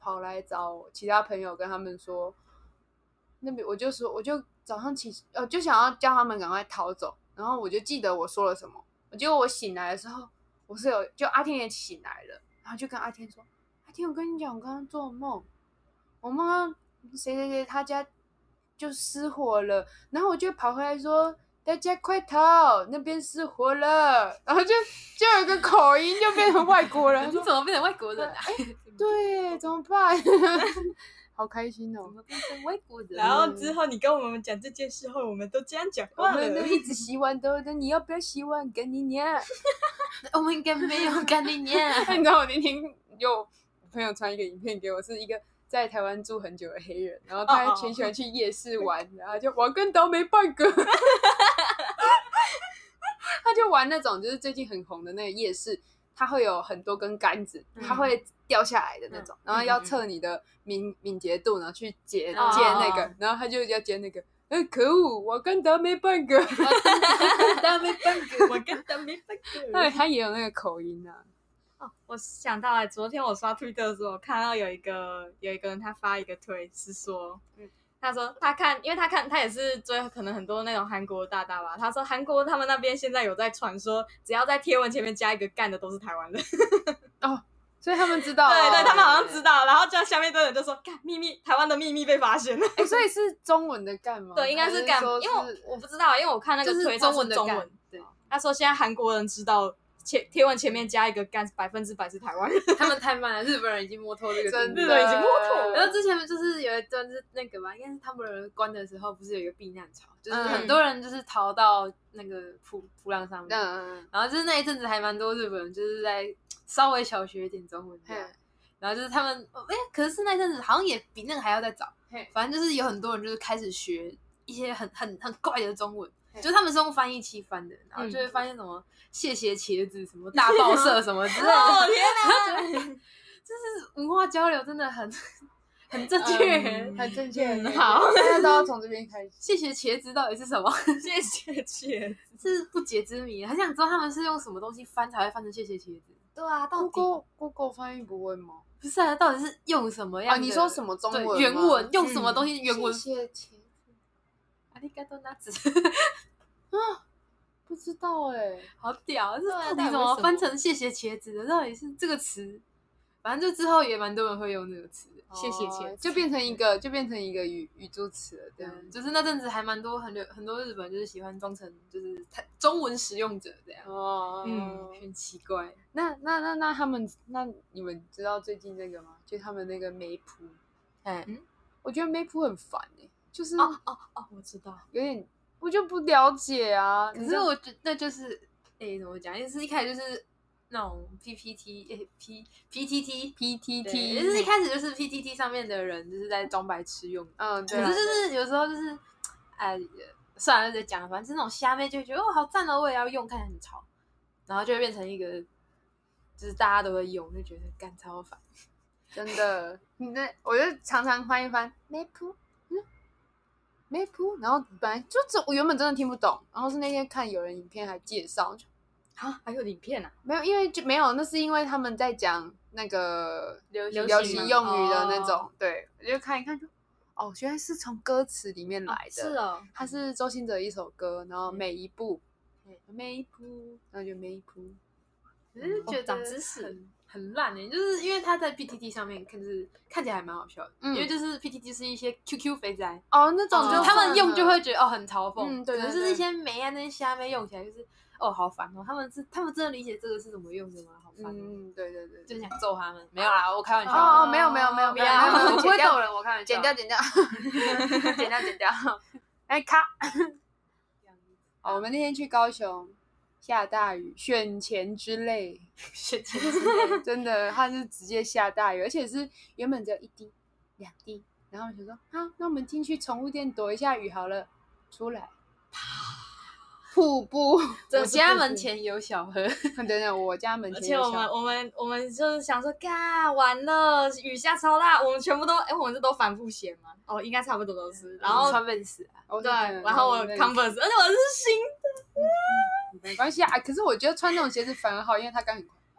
跑来找其他朋友，跟他们说，那边我就早上就想要叫他们赶快逃走，然后我就记得我说了什么，结果我醒来的时候，我室友就阿天也醒来了，然后就跟阿天说，阿天，我跟你讲，我刚刚做梦，我梦到谁谁谁他家就失火了，然后我就跑回来说，大家快逃，那边失火了，然后就有一个口音就变成外国人， 你怎么变成外国人啊？ 对，怎么办？好开心哦！ 变成外国人。 然后之后你跟我们讲这件事后，我们都这样讲话了。 我们都一直洗碗都你要不要洗碗？跟你娘！ 我们应该没有跟你娘。 你知道我那天有朋友传一个影片给我，是一个在台湾住很久的黑人，然后他很喜欢去夜市玩，然后就玩跟倒霉半个。他就玩那种就是最近很红的那个夜市，它会有很多根杆子，它会掉下来的那种，然后要测你的敏捷度，然后去接那个，然后他就要接那个。可恶！我跟他没半个， 他没半个， 我跟他没半个。 对，他也有那个口音啊。 哦，我想到了，昨天我刷 Twitter 的时候，看到有一个人他发一个推是说，他说因为他也是追可能很多那种韩国大大吧，他说韩国他们那边现在有在传说，只要在贴文前面加一个干的都是台湾人。 哦。所以他们知道， 对，他们好像知道，然后就下面的人就说：“干秘密，台湾的秘密被发现了。” 所以是中文的干吗？ 对，应该是干，因为我不知道，因为我看那个推中文的中文， 对， 他说现在韩国人知道贴文前面加一个干100%是台湾人， 他们太慢了，日本人已经摸透这个真的已经摸透了。 然后之前就是有一段是那个吧，应该是他们人关的时候，不是有一个避难潮，就是很多人就是逃到那个普浪上面，然后就是那一阵子还蛮多日本人就是在稍微小学一点中文这样。然后就是他们，可是那阵子好像也比那个还要再早。反正就是有很多人就是开始学一些很怪的中文，就是他们是用翻译器翻的，然后就会发现什么谢谢茄子、什么大报社什么之类的。 哦天哪！ 就是文化交流真的很正确， 很正确。 好， 大家都要从这边开始。 谢谢茄子到底是什么？ 谢谢茄子， 是不解之谜，很想知道他们是用什么东西翻才会翻成谢谢茄子。 对啊，到底 Google 翻译不会吗？ 不是啊，到底是用什么样的？ 你说什么中文？ 原文用什么东西？原文。 谢谢茄子。 阿里嘎多纳子。 啊，不知道好屌！这到底怎么翻成谢谢茄子的？到底是这个词？反正就之后也蛮多人会用这个词，谢谢茄子， 就变成一个语助词了。这样， 就是那阵子还蛮多很多日本就是喜欢装成就是中文使用者这样。很奇怪。 那你们知道最近那个吗？就他们那个梅普，我觉得梅普很烦就是我知道， 有点我就不了解啊。 可是我觉得那就是怎么讲？就是一开始就是那种 PTT，就是一开始就是 PTT 上面的人就是在装白痴用。 对。 可是就是有时候就是算了再讲，反正这种虾妹就会觉得好赞哦，我也要用，看起来很潮，然后就会变成一个就是大家都会用，就觉得干超烦。 真的，我就常常翻一翻梅普。然后本来就我原本真的听不懂，然后是那天看有人影片还介绍， 还有影片啊？ 没有，因为就没有，那是因为他们在讲那个流行用语的那种，对，我就看一看就，原来是从歌词里面来的， 是哦， 它是周兴哲一首歌，然后每一步，每步，然后就每一步， 只是觉得长知识。 很烂就是因为他在 PTT 上面看起来还蛮好笑的，因为就是 PTT 是一些 QQ 肥宅那种就他们用就会觉得很嘲讽， 对， 可是一些梅那些虾妹用起来就是好烦他们真的理解这个是怎么用的吗？好烦对， 就是想揍他们，没有啦，我开玩笑没有，我不会揍人，我开玩笑， 剪掉，咔。我们那天去高雄。下大雨，选前之泪，真的，它是直接下大雨，而且是原本只有1滴、2滴，然后就说好，那我们进去宠物店躲一下雨好了，出来，瀑布， 我家门前有小河， 等，我家门前有小河， 而且我们就是想说，完了，雨下超大，我们全部都，我们都帆布鞋嘛，应该差不多都是，然后穿 Vans 对，然后我 Converse， 而且我是新的。 没关系啊，可是我觉得穿这种鞋子反而好，因为它干很快。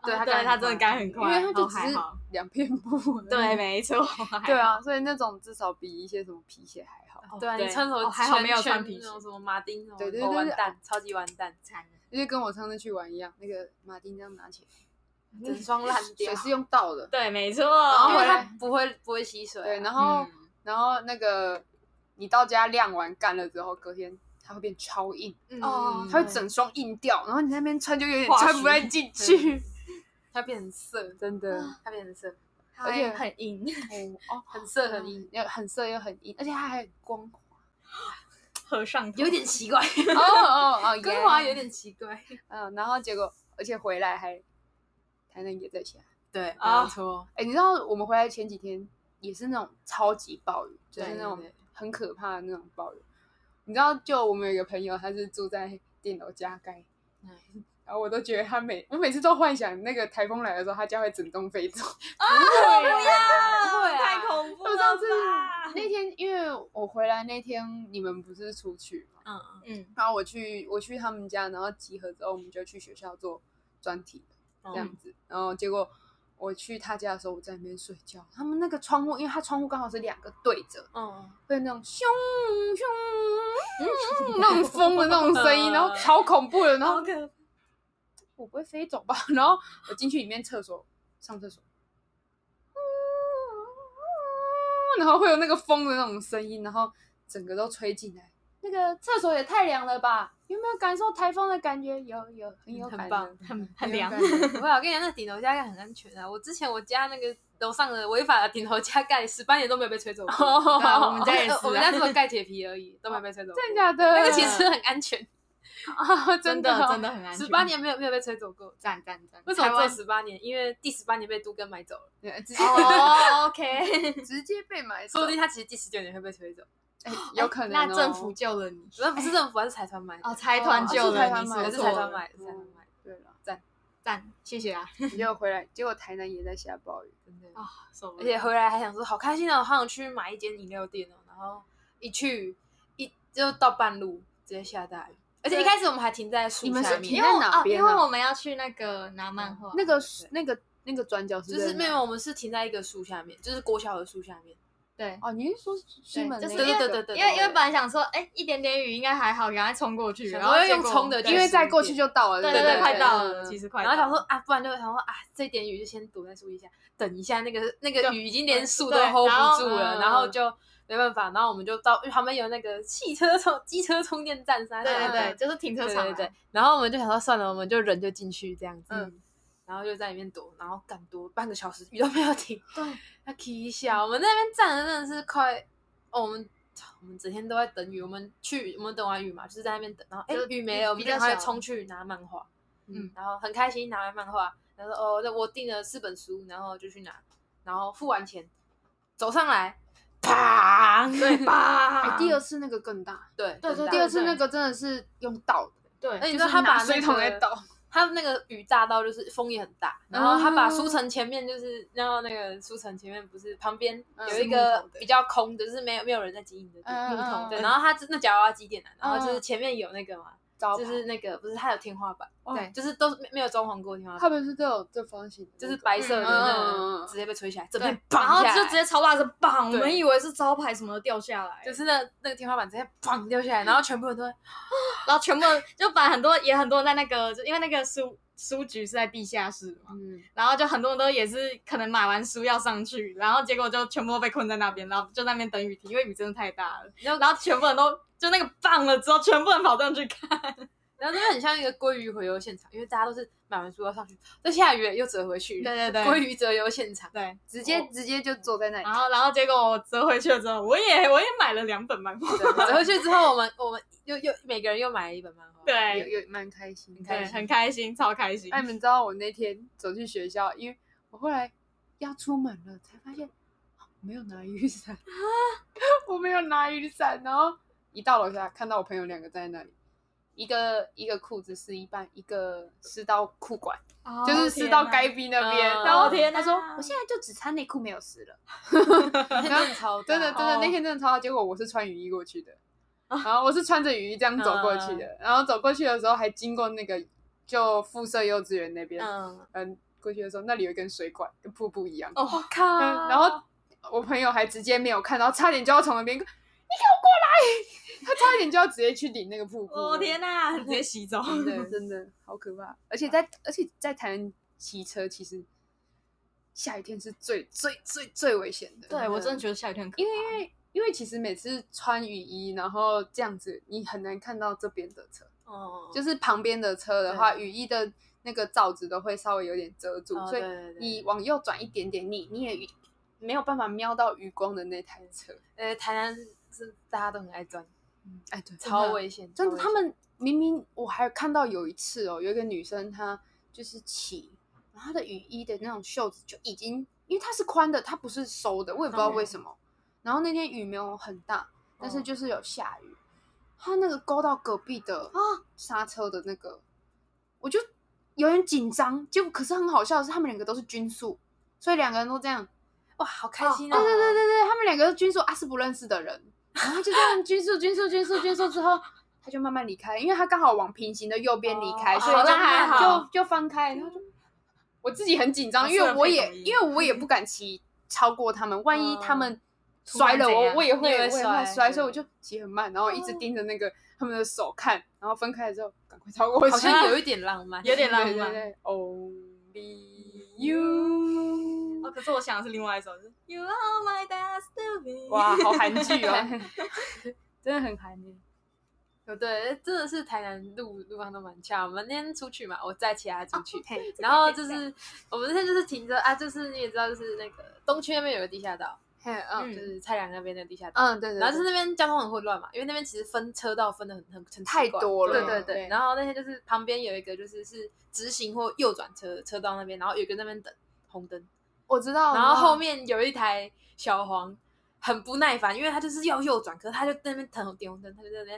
对他真的干很快， 因为它就只是2片布。 对，没错。 对啊，所以那种至少比一些什么皮鞋还好。 对啊，你穿什么还好没有穿皮鞋， 那种什么马丁， 对， 完蛋，超级完蛋， 惨了。 就跟我上次去玩一样，那个马丁这样拿起来， 整双烂掉。 水是用倒的， 对，没错。 然后因为它不会吸水。 对，然后那个你到家晾完干了之后，隔天它会变超硬，它会整双硬掉，然后你那边穿就有点穿不太进去， 它变成色， 真的， 它变成色， 而且很硬， 很色很硬， 很色又很硬，而且它还很光滑。 和尚有点奇怪光滑有点奇怪。 然后结果而且回来还台南也在下， 对，没错。 你知道我们回来前几天也是那种超级暴雨，就是那种很可怕的那种暴雨。你知道，就我们有一个朋友，他是住在电楼加盖，然后我都觉得我每次都幻想那个台风来的时候，他家会整栋飞走。 不要， 太恐怖了吧！ 上次那天，因为我回来那天你们不是出去嘛，然后我去他们家，然后集合之后，我们就去学校做专题这样子，然后结果我去他家的时候，我在那边睡觉，他们那个窗户，因为他窗户刚好是2个对着，会有那种咻咻那种风的那种声音，然后超恐怖的，然后我不会飞走吧？然后我进去里面上厕所，然后会有那个风的那种声音，然后整个都吹进来。那个厕所也太凉了吧？有没有感受台风的感觉？有，很有感觉， 很棒， 很凉。 不会，我跟你讲，那顶楼加盖很安全啊。我家那个楼上的违法的顶楼加盖，18年都没有被吹走过。 我们家也是， 我们家只有盖铁皮而已，都没有被吹走过。 真的假的？ 那个其实很安全。 真的很安全 ，18年没有被吹走过， 赞！ 为什么只有18年？因为第18年被都更买走了。 OK， 直接被买走， 说不定他其实第19年会被吹走。 有可能。 那政府救了你？ 那不是政府，还是财团买的。 财团救了你， 是财团买的。 对了， 赞，谢谢啊！ 你就回来，结果台南也在下暴雨， 真的而且回来还想说好开心哦，好想去买一间饮料店哦，然后一去就到半路直接下大雨。而且一开始我们还停在树下面， 你们是停在哪边？ 因为我们要去那个拿漫画， 那个转角是就是没有，我们是停在一个树下面，就是国小的树下面。 对你是说西门？ 就是对， 因为本来想说，一点点雨应该还好，赶快冲过去， 然后用冲的， 因为再过去就到了， 对，快到了，其实快到了。 然后想说不然就想说这点雨就先躲在树底下，等一下那个雨已经连树都 hold 不住了，然后就没办法，然后我们就到，因为旁边有那个机车充电站， 对，就是停车场， 对，然后我们就想说算了，我们就人就进去这样子，然后就在里面躲，然后赶躲半个小时，雨都没有停， 对， 那起笑，我们在那边站的真的是快，我们整天都在等雨，我们等完雨嘛，就是在那边等，然后雨没了，我们就赶快冲去拿漫画，然后很开心拿完漫画，然后那我订了4本书，然后就去拿，然后付完钱走上来。砰！ 对吧？ 第二次那个更大， 对， 第二次那个真的是用倒的， 对。 而且你知道他把水桶在倒， 他那个雨大到就是风也很大，然后他把书城前面就是然后那个书城前面不是旁边有一个比较空的，就是没有人在经营的木头，对，然后他那夹娃娃机店然后就是前面有那个嘛。就是那个不是它有天花板，对，就是都没有装潢过天花板， 他们是都有正方形， 就是白色的那个直接被吹起来，整片砰然后就直接超大声砰，我们以为是招牌什么掉下来， 就是那个天花板直接砰掉下来，然后全部人都， 然后全部人就把很多人在那个，因为那个书局是在地下室嘛，然后就很多人都也是可能买完书要上去，然后结果就全部都被困在那边，然后就在那边等雨停，因为雨真的太大了，然后全部人都就那个棒了之后，全部人跑上去看， 然后真的很像一个鲑鱼回游现场，因为大家都是买完书要上去，这下雨又折回去， 对， 鲑鱼折游现场， 对， 直接就坐在那里， 然后结果我折回去了之后，我也买了2本漫画， 折回去之后我们又每个人又买了1本漫画， 对， 有蛮开心， 对，很开心，超开心。 你们知道我那天走去学校，因为我后来要出门了，才发现我没有拿雨伞，我没有拿雨伞，然后一到楼下看到我朋友2个站在那里，一个裤子湿一半，一个湿到裤管，就是湿到该逼那边。然后他说我现在就只穿内裤没有湿了，真的那天真的超大。结果我是穿雨衣过去的，然后我是穿着雨衣这样走过去的，然后走过去的时候还经过那个就附设幼稚园那边， 过去的时候，那里有一根水管，跟瀑布一样。 我靠！ 然后我朋友还直接没有看到，差点就要从那边，你给我过来！他差点就要直接去领那个瀑布。 我天哪，直接洗澡， 真的好可怕。而且在台湾骑车，其实下雨天是最危险的。 对我真的觉得下雨天很可怕， 因为其实每次穿雨衣，然后这样子，你很难看到这边的车。就是旁边的车的话，雨衣的那个罩子都会稍微有点遮住，所以你往右转一点点，你也没有办法瞄到余光的那台车。 台南是大家都很爱钻， 对， 超危险， 真的。他们明明我还看到有一次有一个女生她就是骑，然后她的雨衣的那种袖子就已经，因为它是宽的，它不是收的，我也不知道为什么。然后那天雨没有很大，但是就是有下雨，他那个勾到隔壁的刹车的那个，我就有点紧张。结果可是很好笑的是，他们两个都是均速，所以两个人都这样， 哇，好开心哦！对，他们两个是均速是不认识的人，然后就这样均速之后，他就慢慢离开，因为他刚好往平行的右边离开，所以就分开。然后我自己很紧张，因为我也不敢骑超过他们，万一他们摔了我也会摔，所以我就骑很慢，然后一直盯着那个他们的手看，然后分开了之后赶快超过去， 好像有一点浪漫， 有点浪漫。 对 Only You。 可是我想的是另外一首，是 You Are My Destiny。 哇，好韩剧哦，真的很韩耶。 对，真的是台南路上都蛮巧。我们那天出去嘛，我载其他出去，然后就是我们那天就是停着啊，就是你也知道，就是那个东区那边有个地下道。就是菜梁那边的地下道， 对， 然后就是那边交通很混乱嘛，因为那边其实分车道分的很太多了，对，然后那天就是旁边有一个就是直行或右转车道那边，然后有一个那边等红灯， 我知道， 然后后面有一台小黄很不耐烦，因为他就是要右转，可是他就在那边等点红灯，他就在那边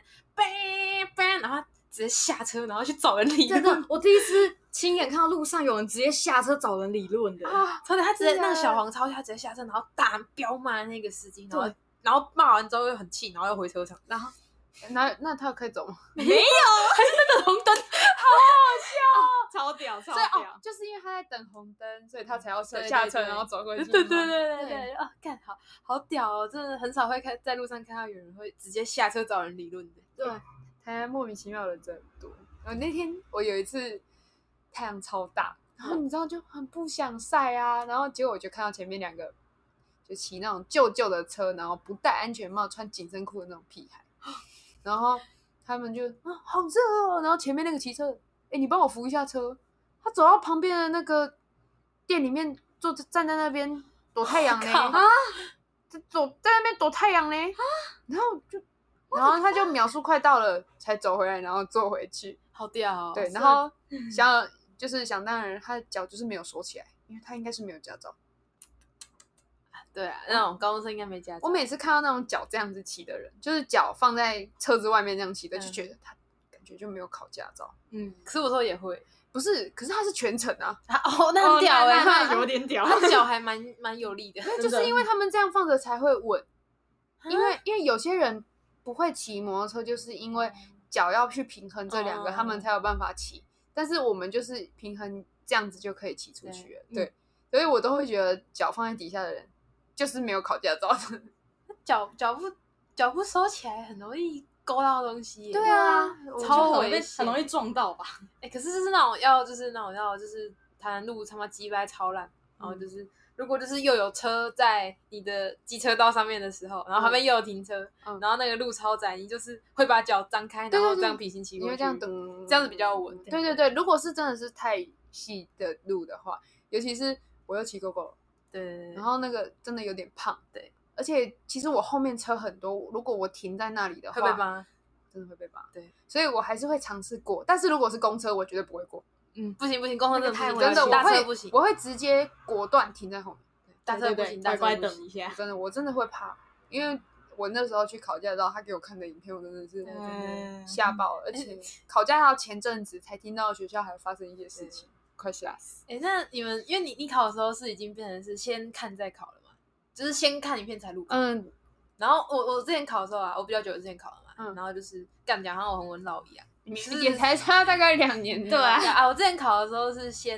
bang，然后直接下车，然后去找人理论。 真的，我第一次亲眼看到路上有人直接下车找人理论的啊！真的，他直接那个小黄超他直接下车，然后大飙骂那个司机，然后骂完之后又很气，然后又回车场。然后那他可以走吗？ 没有，还是在等红灯，好好笑，超屌。 所以就是因为他在等红灯，所以他才要下车，然后走过去。 对，啊，干好屌哦！真的很少会在路上看到有人会直接下车找人理论的。 对，台湾莫名其妙的人真的很多。那天我有一次太阳超大，然后你知道就很不想晒啊，然后结果我就看到前面两个就骑那种旧的车，然后不戴安全帽、穿紧身裤的那种屁孩，然后他们就好热哦，然后前面那个骑车，你帮我扶一下车，他走到旁边的那个店里面站在那边躲太阳呢在那边躲太阳呢然后他就秒数快到了才走回来，然后坐回去， 好屌哦！ 对，然后想当然，他的脚就是没有锁起来，因为他应该是没有驾照。 对啊，那种高中生应该没驾照。 我每次看到那种脚这样子骑的人，就是脚放在车子外面这样骑的，就觉得他感觉就没有考驾照。 可是我说也会， 不是，可是他是全程啊。 那很屌那有点屌， 他脚还蛮有力的。 就是因为他们这样放着才会稳，因为有些人不会骑摩托车，就是因为脚要去平衡这两个，他们才有办法骑。但是我们就是平衡这样子就可以骑出去了，对，所以我都会觉得脚放在底下的人就是没有考驾照的。 脚不收起来很容易勾到东西。 对啊， 超危险， 很容易撞到吧？ 可是就是那种要台南路他妈鸡掰超烂，然后就是如果就是又有车在你的机车道上面的时候，然后旁边又有停车，然后那个路超窄，你就是会把脚张开，然后这样平行骑过去， 这样等， 这样子比较稳。 对，如果是真的是太细的路的话，尤其是我又骑狗狗， 对， 然后那个真的有点胖，对，而且其实我后面车很多，如果我停在那里的话， 会被扒， 真的会被扒。 对， 所以我还是会尝试过，但是如果是公车，我绝对不会过。 不行，公车真的太危险， 真的大车不行， 我会直接果断停在后面。 大车不行，大车乖等一下。 我真的会怕，因为我那时候去考驾照，他给我看的影片，我真的是吓爆了。而且考驾照前阵子才听到学校还发生一些事情，快吓死。 那你们因为你考的时候是已经变成是先看再考了嘛？就是先看影片才录考。然后我之前考的时候啊，我比较久之前考了嘛，然后就是干讲好像我很稳老一样。 也才差大概2年。 对啊，我之前考的时候是先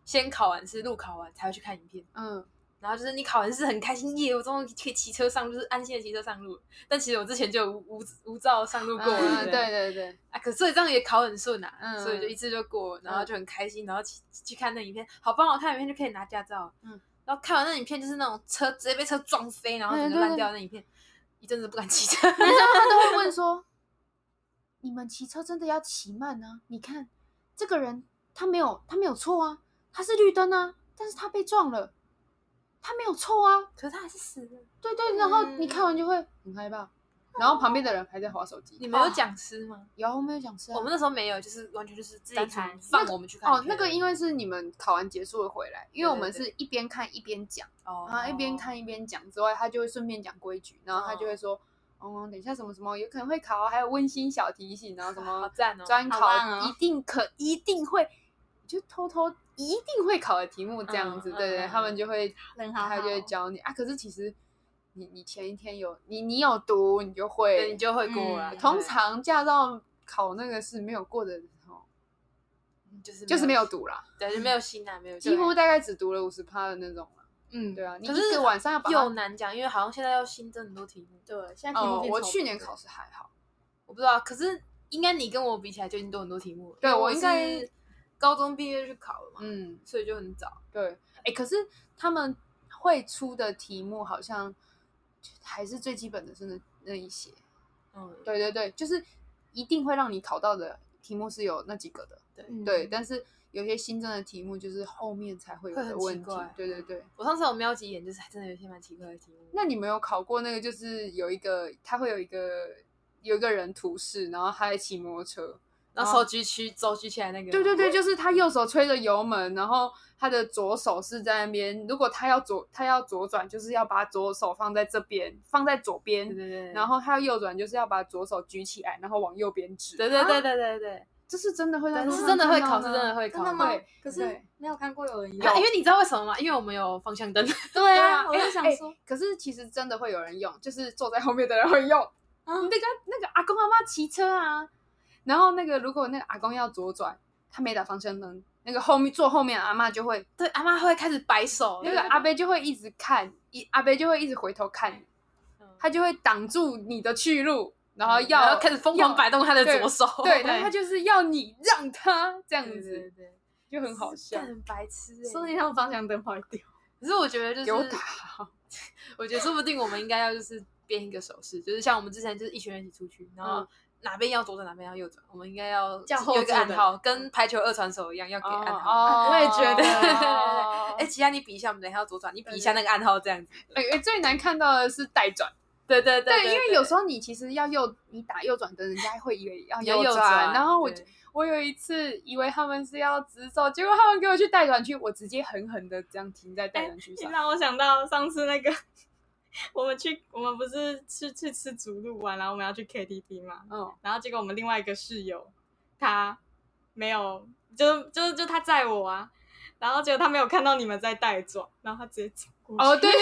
先考完试，路考完才会去看影片。然后就是你考完试很开心，耶！我终于可以骑车上路，就是安心的骑车上路。但其实我之前就有无照上路过了， 对啊， 可是所以这样也考很顺啊，所以就一次就过，然后就很开心，然后去看那影片，好帮我看影片就可以拿驾照。然后看完那影片就是那种车直接被车撞飞，然后整个烂掉的那影片，一阵子不敢骑车。 你知道他都会问说，你们骑车真的要骑慢啊？你看这个人他没有错啊，他是绿灯啊，但是他被撞了。他没有错啊， 可是他还是死了。 对，然后你看完就会很害怕，然后旁边的人还在滑手机。 你们有讲师吗？ 有，我们有讲师啊。 我们那时候没有，就是完全就是自己看， 放我们去看。 那个因为是你们考完结束了回来，因为我们是一边看一边讲，然后一边看一边讲之外，他就会顺便讲规矩，然后他就会说，等一下什么什么有可能会考，还有温馨小提醒，然后什么专考一定会，就偷一定会考的题目这样子，对，他们就会，他就会教你啊。可是其实你前一天你有读，你就会， 对，你就会过了。 通常驾照考那个是没有过的时候，就是没有读啦， 对，就没有心啊，没有， 几乎大概只读了50%的那种了。对啊，你一个晚上要把它又难讲，因为好像现在要新增很多题目。 对，现在题目我去年考试还好， 我不知道，可是应该你跟我比起来就已经多很多题目了。 对，我应该高中毕业就去考了嘛，所以就很早。 对，可是他们会出的题目好像还是最基本的是那一些。对，就是一定会让你考到的题目是有那几个的。对，但是有些新增的题目就是后面才会有的问题。对，我上次有瞄几眼，就是真的有些蛮奇怪的题目。 那你们有考过那个？就是他会有一个人图示，然后他在骑摩托车。 然后手举起来那个， 对，就是他右手吹着油门，然后他的左手是在那边。如果他要左转，就是要把左手放在这边，放在左边。 对。 然后他要右转，就是要把左手举起来，然后往右边指。 对。 这是真的会， 是真的会考，是真的会考。 真的吗？可是没有看过有人用， 因为你知道为什么吗？因为我们有方向灯。 对啊，我就想说， 可是其实真的会有人用，就是坐在后面的人会用。那个阿公阿嬷骑车啊。然后如果那个阿公要左转，他没打方向灯，那个坐后面的阿嬷就会， 对，阿嬷会开始摆手， 那个阿伯就会一直看，阿伯就会一直回头看你，他就会挡住你的去路，然后要开始疯狂摆动他的左手， 对，然后他就是要你让他这样子，对，就很好笑， 很白痴说不定他们方向灯坏掉。 可是我觉得就是有打， 我觉得说不定我们应该要就是编一个手势，就是像我们之前就是一群人一起出去，然后哪边要左转，哪边要右转，我们应该要有一个暗号，跟排球2传手一样，要给暗号。 我也觉得。 其他你比一下，我们等一下要左转，你比一下那个暗号，这样子。 最难看到的是带转。 对， 因为有时候你其实你打右转灯，人家会以为要右转，然后我有一次以为他们是要直走，结果他们给我去带转区，我直接狠狠的这样停在带转区上。 让我想到上次那个。我们不是去吃竹鹿玩，然后我们要去 KTV 嘛，然后结果我们另外一个室友他没有，就他载我啊，然后结果他没有看到你们在带转，然后他直接走过去。 对，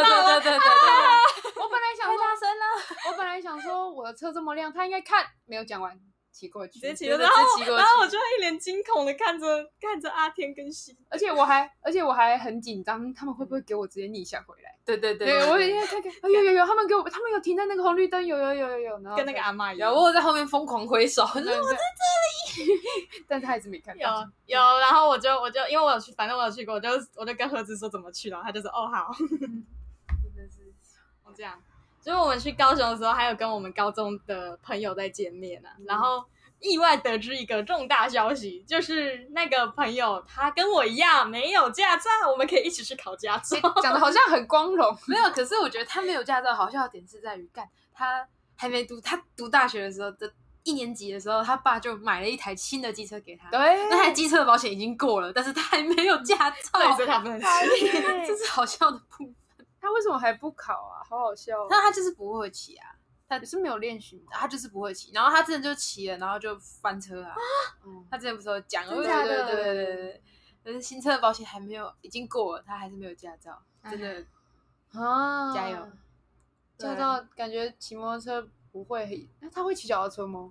我本来想说太大声了， 我本来想说我的车这么亮，他应该看，没有讲完。骑过去， 直接骑过去，然后我就一脸惊恐的看着阿天跟西， 而且我还很紧张，他们会不会给我直接逆向回来？ 对， 我也看，有，他们有停在那个红绿灯，有，然后跟那个阿嬷一样， 我有在后面疯狂挥手，我在这里， 但他还是没看到。 有，然后我就因为我有去，反正我有去过，我就跟盒子说怎么去，然后他就说好，真的是这样。就是我们去高雄的时候，还有跟我们高中的朋友在见面啊，然后意外得知一个重大消息，就是那个朋友他跟我一样没有驾照，我们可以一起去考驾照， 讲的好像很光荣。 没有，可是我觉得他没有驾照好笑的点是在于，他还没他读大学的时候的1年级的时候，他爸就买了一台新的机车给他， 对， 那台机车的保险已经过了，但是他还没有驾照， 所以他不能骑， 这是好笑的部分。 他为什么还不考啊？好好笑。 那他就是不会骑啊， 他是没有练习吗？ 他就是不会骑，然后他之前就骑了，然后就翻车啊。他之前不是有讲，对，但是新车的保险还没有，已经过了，他还是没有驾照，真的啊， 加油！ 驾照感觉骑摩托车不会，那他会骑脚踏车吗？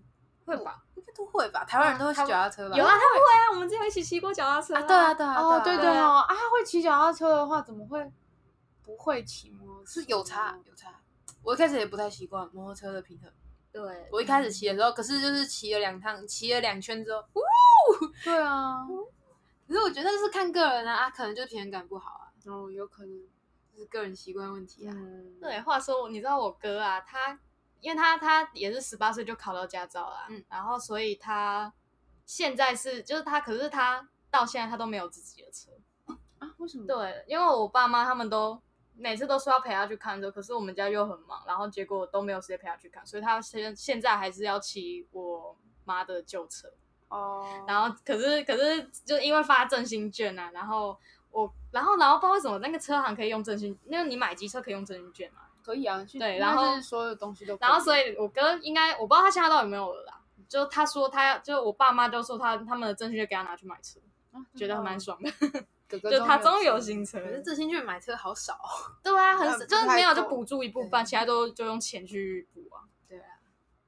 会吧？ 应该都会吧，台湾人都会骑脚踏车吧？ 有啊，他会啊，我们之前一起骑过脚踏车啊，对啊，对啊， 哦，对哦，啊，会骑脚踏车的话，怎么会不会骑摩托车？ 是有差。我一开始也不太习惯摩托车的平衡。 对， 我一开始骑的时候，可是就是骑了2圈之后， 对啊。 可是我觉得是看个人啊，可能就是平衡感不好啊。 哦，有可能就是个人习惯问题啊。 对，话说你知道我哥啊，因为他也是18岁就考到驾照啦，然后所以他现在可是他到现在他都没有自己的车啊？为什么？ 对，因为我爸妈他们都每次都说要陪他去看车，可是我们家又很忙，然后结果都没有时间陪他去看，所以他现在还是要骑我妈的旧车。 哦， 然后可是就因为发振兴券啊，然后不知道为什么那个车行可以用振兴，因为你买机车可以用振兴券嘛， 可以啊， 对，然后所有东西都可以， 然后所以我哥我不知道他现在到底有没有了啦，就他说就我爸妈就说他们的振兴券给他拿去买车，觉得蛮爽的， 哥哥就他终于有新车， 可是振兴券买车好少， 对啊，很就是没有就补助一部分，其他都就用钱去补啊， 对啊，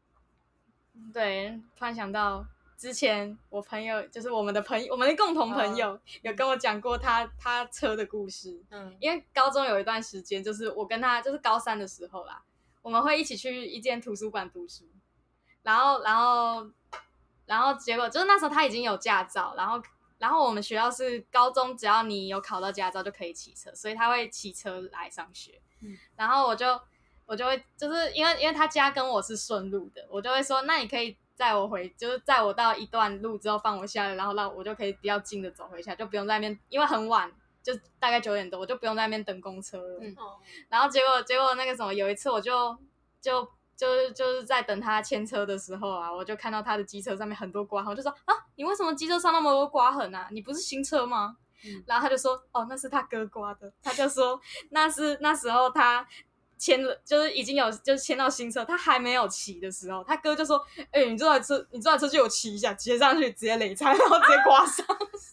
对，突然想到。之前我朋友就是我们的共同朋友有跟我讲过他车的故事。因为高中有一段时间，就是我跟他就是高3的时候啦，我们会一起去一间图书馆读书，然后结果就是那时候他已经有驾照，然后我们学校是高中只要你有考到驾照就可以骑车，所以他会骑车来上学。然后我就会就是因为他家跟我是顺路的，我就会说那你可以。载我到一段路之后放我下来，然后让我就可以比较近的走回家，就不用在那边，因为很晚，就大概9点多，我就不用在那边等公车了。然后结果那个什么，有一次我就是在等他牵车的时候啊，我就看到他的机车上面很多刮痕，我就说啊，你为什么机车上那么多刮痕啊？你不是新车吗？然后他就说哦，那是他哥刮的，他就说那时候他。签了就是已经有就是签到新车，他还没有骑的时候，他哥就说：“你这台车借我骑一下，骑上去直接累残，然后直接刮伤。”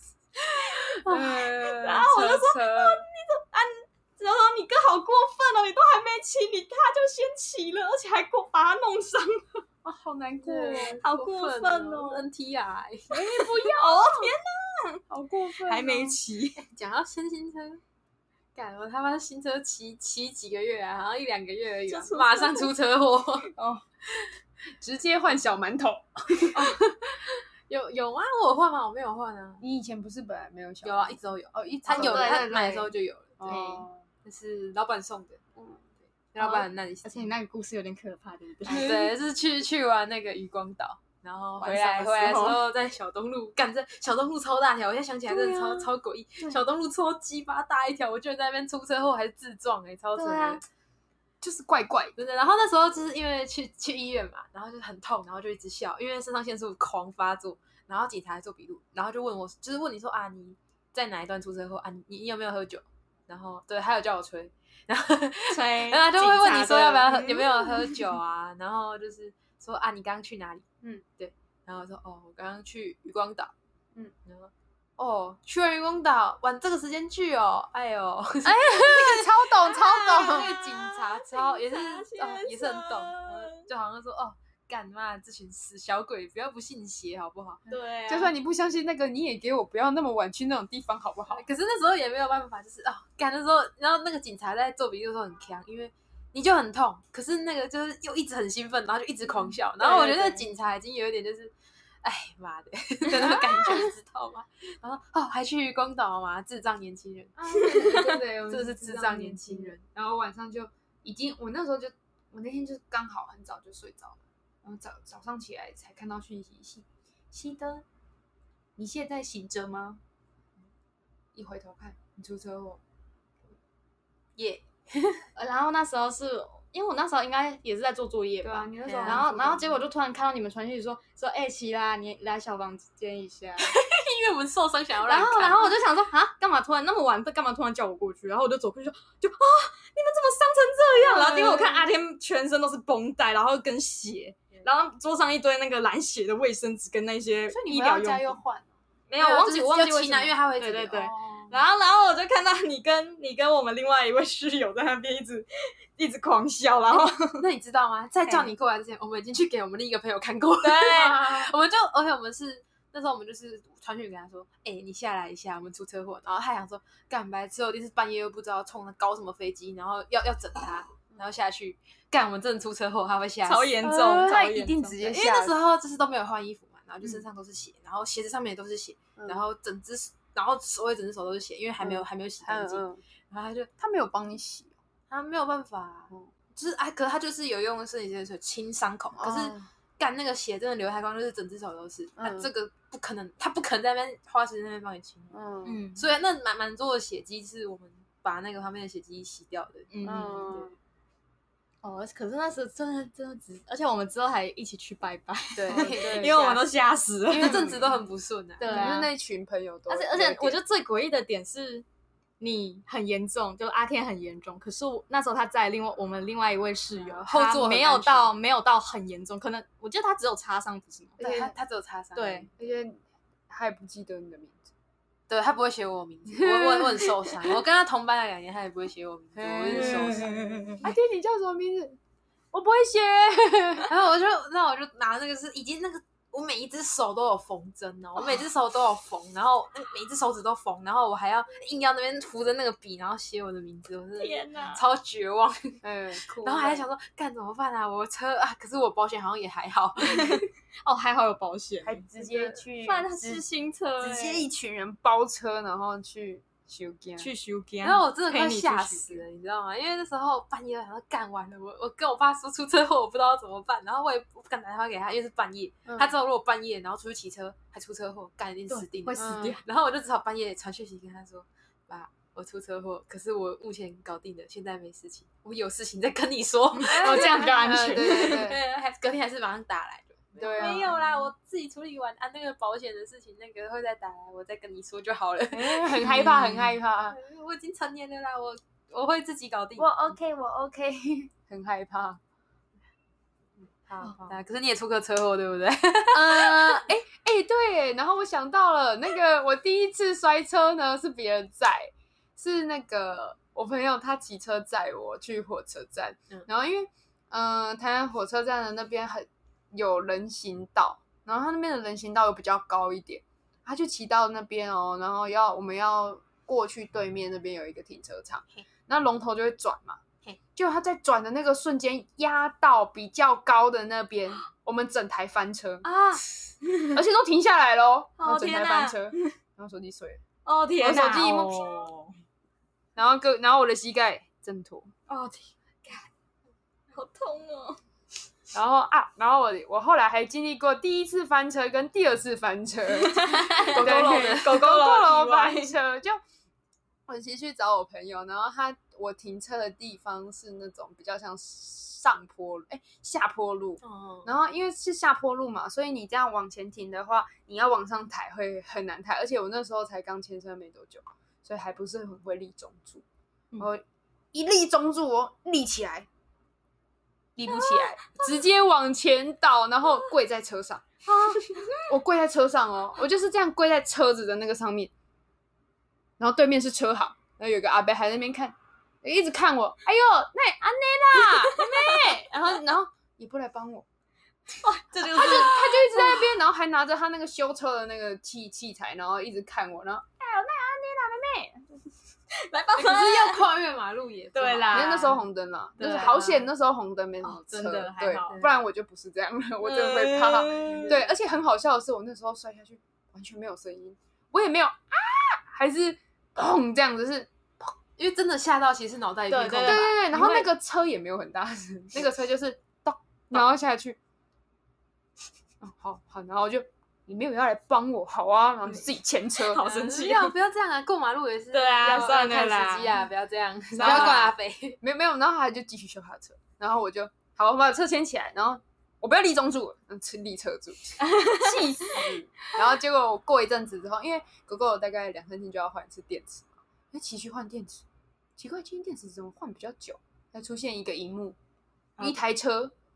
然后我就说：“然后你哥好过分哦，你都还没骑，他就先骑了，而且还把他弄伤了， 啊，好难过， 好过分哦 ！NTR， 不要，天哪， 好过分， 还没骑。 讲到新车。干我他妈新车骑几个月啊，好像1-2个月而已，马上出车祸哦，直接换小馒头。 有吗？我有换吗？我没有换啊。 你以前不是本来没有小？ 有啊，一直都有。他买的时候就有了。哦，这是老板送的。老板那里。 而且你那个故事有点可怕，对不对？ 对，是去玩那个渔光岛。然后回来的时候在小东路，干这小东路超大条，我现在想起来真的超诡异。小东路超鸡巴大一条，我居然在那边出车祸还是自撞超扯的， 就是怪怪的。然后那时候就是因为去医院嘛，然后就很痛，然后就一直笑，因为肾上腺素狂发作，然后警察还做笔录，然后就问我，就是问你说啊你在哪一段出车祸啊？你有没有喝酒？然后对，还有叫我吹，然后吹，然后就会问你说有没有喝酒啊？然后就是说啊你刚刚去哪里？对，然后我说哦，我刚刚去渔光岛，然后哦，去完渔光岛，晚这个时间去哦，哎呦， 超懂， 那个警察也是很懂，就好像说哦，干嘛这群死小鬼，不要不信邪好不好？ 对啊， 就算你不相信那个，你也给我不要那么晚去那种地方好不好？ 可是那时候也没有办法，就是干的时候，然后那个警察在做笔录的时候很强，因为。你就很痛，可是那个就是又一直很兴奋，然后就一直狂笑，然后我觉得警察已经有一点就是，哎妈的的那种感觉，你知道吗？然后还去渔光岛嘛，智障年轻人， 对， 这是智障年轻人。 然后晚上就已经，我那天就刚好很早就睡着了，然后早上起来才看到讯息，西德，你现在醒着吗？一回头看，你出车祸， 耶。 然后那时候是因为我那时候应该也是在做作业吧， 你那时候然后结果就突然看到你们传讯息说齐拉，你来小房间一下， 因为我们受伤想要来看， 然后我就想说啊，干嘛突然那么晚，干嘛突然叫我过去？然后我就走过去说你们怎么伤成这样？然后因为我看阿天全身都是绷带，然后跟血，然后桌上一堆那个染血的卫生纸跟那些医疗用品。 又换？ 没有，我忘记为什么，因为他会对。 然后我就看到你跟我们另外一位室友在那边一直狂笑，然后那你知道吗？在叫你过来之前，我们已经去给我们另一个朋友看过。 对， 而且我们是那时候我们就是传讯给他说，你下来一下，我们出车祸。然后他想说，干白痴，我一定是半夜又不知道冲搞什么飞机，然后要整他，然后下去干，我们真的出车祸，他会吓死， 超严重， 他一定直接吓死， 因为那时候就是都没有换衣服嘛，然后就身上都是血，然后鞋子上面也都是血，然后然后手也整只手都是血，因为还没有洗干净，然后他没有帮你洗， 他没有办法，就是可是他就是有用生理盐水清伤口，可是干那个血真的流太光，就是整只手都是，那这个不可能，他不可能在那边花时间在那边帮你清，所以那蛮多的血迹是我们把那个旁边的血迹洗掉的，对。 可是那时候真的而且我们之后还一起去拜拜， 对， 因为我们都吓死了， 因为正值都很不顺啊。 对啊， 就是那群朋友都， 而且我觉得最诡异的点是，你很严重，就阿天很严重，可是那时候他在我们另外一位室友后座没有到很严重，可能我记得他只有擦伤，不是吗？ 对，他只有擦伤， 对， 而且他也不记得你的名字。 对，他不会写我名字，我很受伤。我跟他同班了2年，他也不会写我名字，我很受伤。 阿天，你叫什么名字？我不会写。 然后我就拿那个是已经那个，我每一只手都有缝针哦，我每只手都有缝，然后每一只手指都缝，然后我还要硬要那边扶着那个笔，然后写我的名字，我是超绝望。然后还在想说干怎么办啊？我车啊，可是我保险好像也还好。 还好有保险， 还直接去， 不然他是新车， 直接一群人包车，然后去修监， 然后我真的快吓死了，你知道吗？因为那时候半夜想要干完了，我跟我爸说出车祸，我不知道怎么办，然后我也不敢打电话给他，因为是半夜，他知道如果半夜然后出去骑车还出车祸，干一定死定了， 会死掉。 然后我就只好半夜传讯息跟他说，爸，我出车祸，可是我目前搞定了，现在没事情，我有事情再跟你说， 这样比较安全。 对，隔天还是马上打来。 对啊， 没有啦，我自己处理完那个保险的事情，那个会再打来，我再跟你说就好了。 很害怕，很害怕。 我已经成年了啦，我会自己搞定。 我 OK，很害怕。 好，可是你也出个车祸，对不对？ 对。然后我想到了，那个我第一次摔车呢，是别人载，是那个我朋友他骑车载我去火车站，然后因为台南火车站的那边有人行道，然后他那边的人行道又比较高一点，他就骑到那边哦，然后我们要过去对面那边有一个停车场，那龙头就会转嘛，就他在转的那个瞬间压到比较高的那边，我们整台翻车啊，而且都停下来咯，然后整台翻车，然后手机碎了， 天哪， 我手机屏幕，然后我的膝盖挣脱， 天，好痛哦。 然后我后来还经历过第一次翻车跟第二次翻车， 狗狗楼翻车，就我其实去找我朋友，然后我停车的地方是那种比较像下坡路，然后因为是下坡路嘛，所以你这样往前停的话，你要往上抬会很难抬，而且我那时候才刚牵车没多久，所以还不是很会立中柱，我一立中柱我立起来。立不起来，直接往前倒，然后跪在车上。我跪在车上哦，我就是这样跪在车子的那个上面，然后对面是车行，然后有个阿伯还在那边看，一直看我，哎呦，那安内啦，妹妹，然后也不来帮我， 这就是他就一直在那边，然后还拿着他那个修车的那个器材，然后一直看我，然后哎呦，那安内啦，妹妹。 来帮忙， 可是要跨越马路也对啦， 因为那时候红灯啦，就是好险，那时候红灯没什么车， 真的对， 还好， 不然我就不是这样了，我真的会怕。对，而且很好笑的是，我那时候摔下去完全没有声音，我也没有啊，还是砰这样子，是因为真的吓到，其实脑袋一片空白。 对，然后那个车也没有很大声，那个车就是咚，然后下去，好，然后就。你没有要来帮我，好啊，然后自己牵车， 好生气！ 不要这样啊，过马路也是。 对啊，算了啦，看司机啊，不要这样，不要怪阿飞。 没有，然后他就继续修他的车，然后我就好，我把车牵起来，然后我不要立中柱，立车柱，气死！然后结果我过一阵子之后，因为狗狗大概2-3天就要换一次电池嘛，那骑去换电池，奇怪，今天电池怎么换比较久？才出现一个萤幕，一台车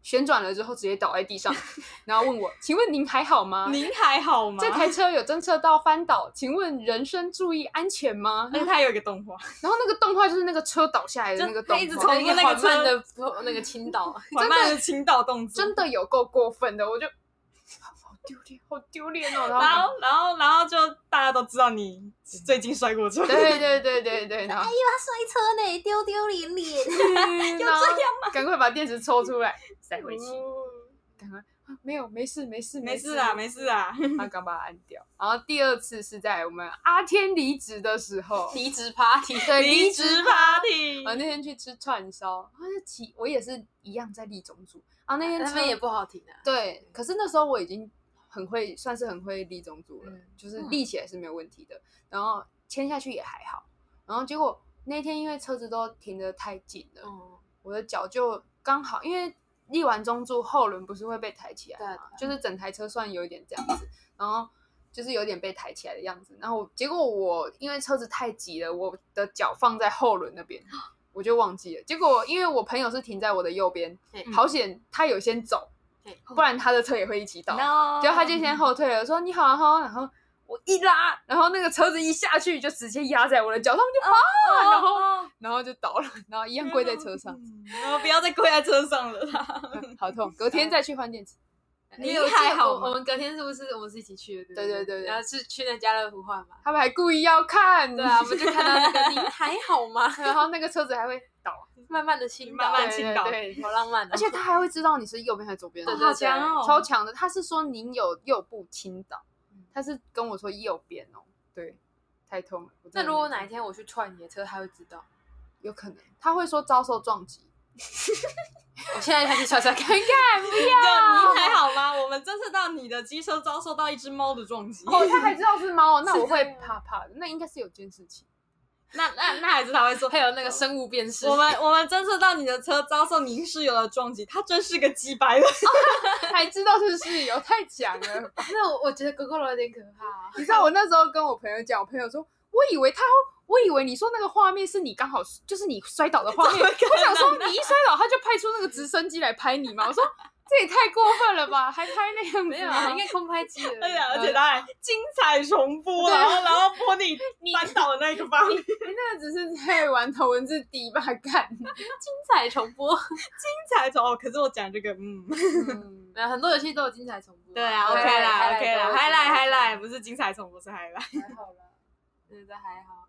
旋转了之后直接倒在地上，然后问我：“请问您还好吗？ 您还好吗？ 这台车有侦测到翻倒，请问人身注意安全吗？” 而且它有一个动画， 然后那个动画就是那个车倒下来的那个动画， 一直重复那个缓慢的那个倾倒， 缓慢的倾倒动作， 真的有够过分的，我就好丢脸，好丢脸哦。 然后就大家都知道你最近摔过车， 对，然后哎呀，摔车呢，丢丢脸脸， 就这样吗？ 赶快把电池抽出来塞回去，赶快没有，没事啊，他刚把它按掉。然后第二次是在我们阿天离职的时候， 离职 party， 对， 离职 party， 我那天去吃串烧，我也是一样在立中柱，然后那天那边也不好停啊。 对，可是那时候我已经算是很会立中柱了，就是立起来是没有问题的，然后牵下去也还好。然后结果那天因为车子都停得太紧了，我的脚就刚好，因为立完中柱后轮不是会被抬起来嘛，就是整台车算有一点这样子，然后就是有点被抬起来的样子。然后结果我因为车子太急了，我的脚放在后轮那边，我就忘记了。结果因为我朋友是停在我的右边，好险他有先走，不然他的车也会一起倒。结果他就先后退了，说你好啊好啊，然后我一拉，然后那个车子一下去就直接压在我的脚上，就然后就倒了，然后一样跪在车上。 然后不要再跪在车上了啦， 好痛！隔天再去换电池。 你还好吗？ 我们隔天是不是我们是一起去的？ 对， 然后是去那家乐福换嘛。 他们还故意要看， 对啊，我们就看到那个你还好吗？ 然后那个车子还会倒， 慢慢的倾倒， 慢慢倾倒， 对， 好浪漫的。 而且他还会知道你是右边还是左边， 好强哦， 超强的。他是说您有右部倾倒，他是跟我说右边哦，对，太痛了。 那如果哪一天我去踹你的车，他会知道？ 有可能，他会说遭受撞击。 我现在开始踹看看，不要。 你还好吗？我们侦测到你的机车遭受到一只猫的撞击。 哦，他还知道是猫，那我会怕怕的。那应该是有监视器。 那还是他会说， 还有那个生物辨识。 我们侦测到你的车遭受您室友的撞击，他真是个鸡掰的， 还知道是室友，太强了。 那我觉得狗狗有点可怕啊。 你知道我那时候跟我朋友讲，我朋友说，我以为你说那个画面是你刚好就是你摔倒的画面，我想说你一摔倒他就派出那个直升机来拍你嘛，我说这也太过分了吧，还拍那样子？ 没有啊，应该空拍机了。 对啊，而且他还精彩重播，然后播你翻倒的那个方面。 你那个只是在玩头文字 D 吧？干精彩重播， 精彩重播。可是我讲这个， 没有很多游戏都有精彩重播。 对啊 ，OK 啦 ，highlight 不是精彩重播，是 highlight。 还好啦，真的还好。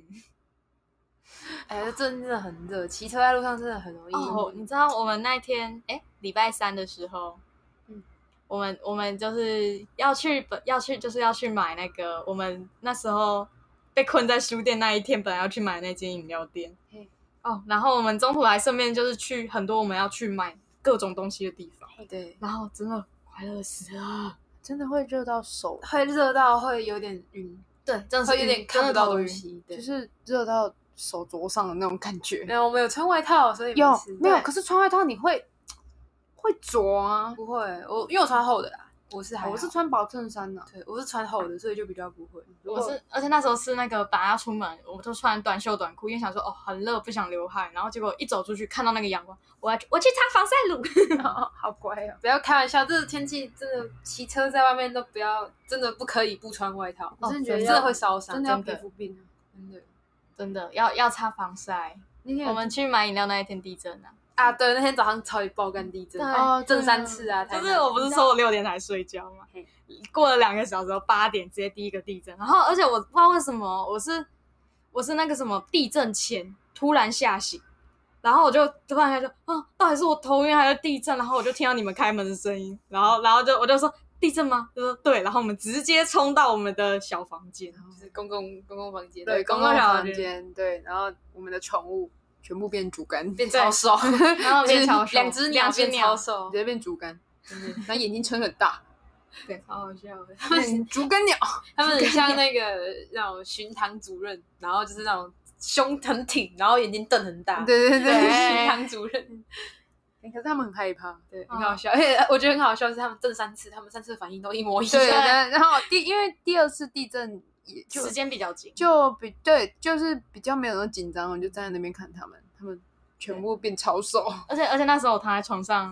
哎，真的很热，骑车在路上真的很容易。 哦，你知道我们那天礼拜三的时候，我们就是要去买那个我们那时候被困在书店那一天，本来要去买那间饮料店。然后我们中途还顺便就是去很多我们要去买各种东西的地方。 对， 然后真的快乐死了， 真的会热到手， 会热到会有点晕。 对，真的是会有点看不到东西， 就是热到手灼伤的那种感觉。 没有，我们有穿外套，所以没有？可是穿外套你会灼啊？ 不会，因为我穿厚的啦。我是穿薄衬衫的， 对，我是穿厚的，所以就比较不会。 而且那时候是那个本来要出门，我就穿短袖短裤，因为想说很热，不想流汗。然后结果一走出去看到那个阳光，我去擦防晒乳。 好乖哦！ 不要开玩笑，这个天气真的骑车在外面都不要，真的不可以不穿外套。我真的觉得真的会烧伤， 真的要皮肤病啊！ 真的要擦防晒。我们去买饮料那一天地震啊，对，那天早上超级爆干地震，震3次啊！ 就是我不是说我6点才睡觉吗？过了2个小时，8点直接第一个地震，然后而且我不知道为什么我是那个什么地震前突然吓醒，然后我就突然就到底是我头晕还是地震？然后我就听到你们开门的声音，然后我就说地震吗？就说对，然后我们直接冲到我们的小房间， 就是公共房间， 对，公共房间，对，然后我们的宠物全部变竹竿， 变超瘦， 然后变超瘦， 2只鸟变超瘦， 直接变竹竿，然后眼睛撑很大， 对，超好笑的。 竹竿鸟， 他们很像那种巡堂主任，然后就是那种胸很挺，然后眼睛瞪很大， 对， 巡堂主任。 可是他们很害怕， 对，很好笑。而且我觉得很好笑是他们震3次，他们3次的反应都一模一样。 对，然后因为第2次地震也就时间比较紧， 就是比较没有那么紧张，我就站在那边看他们全部变超瘦， 而且那时候我躺在床上，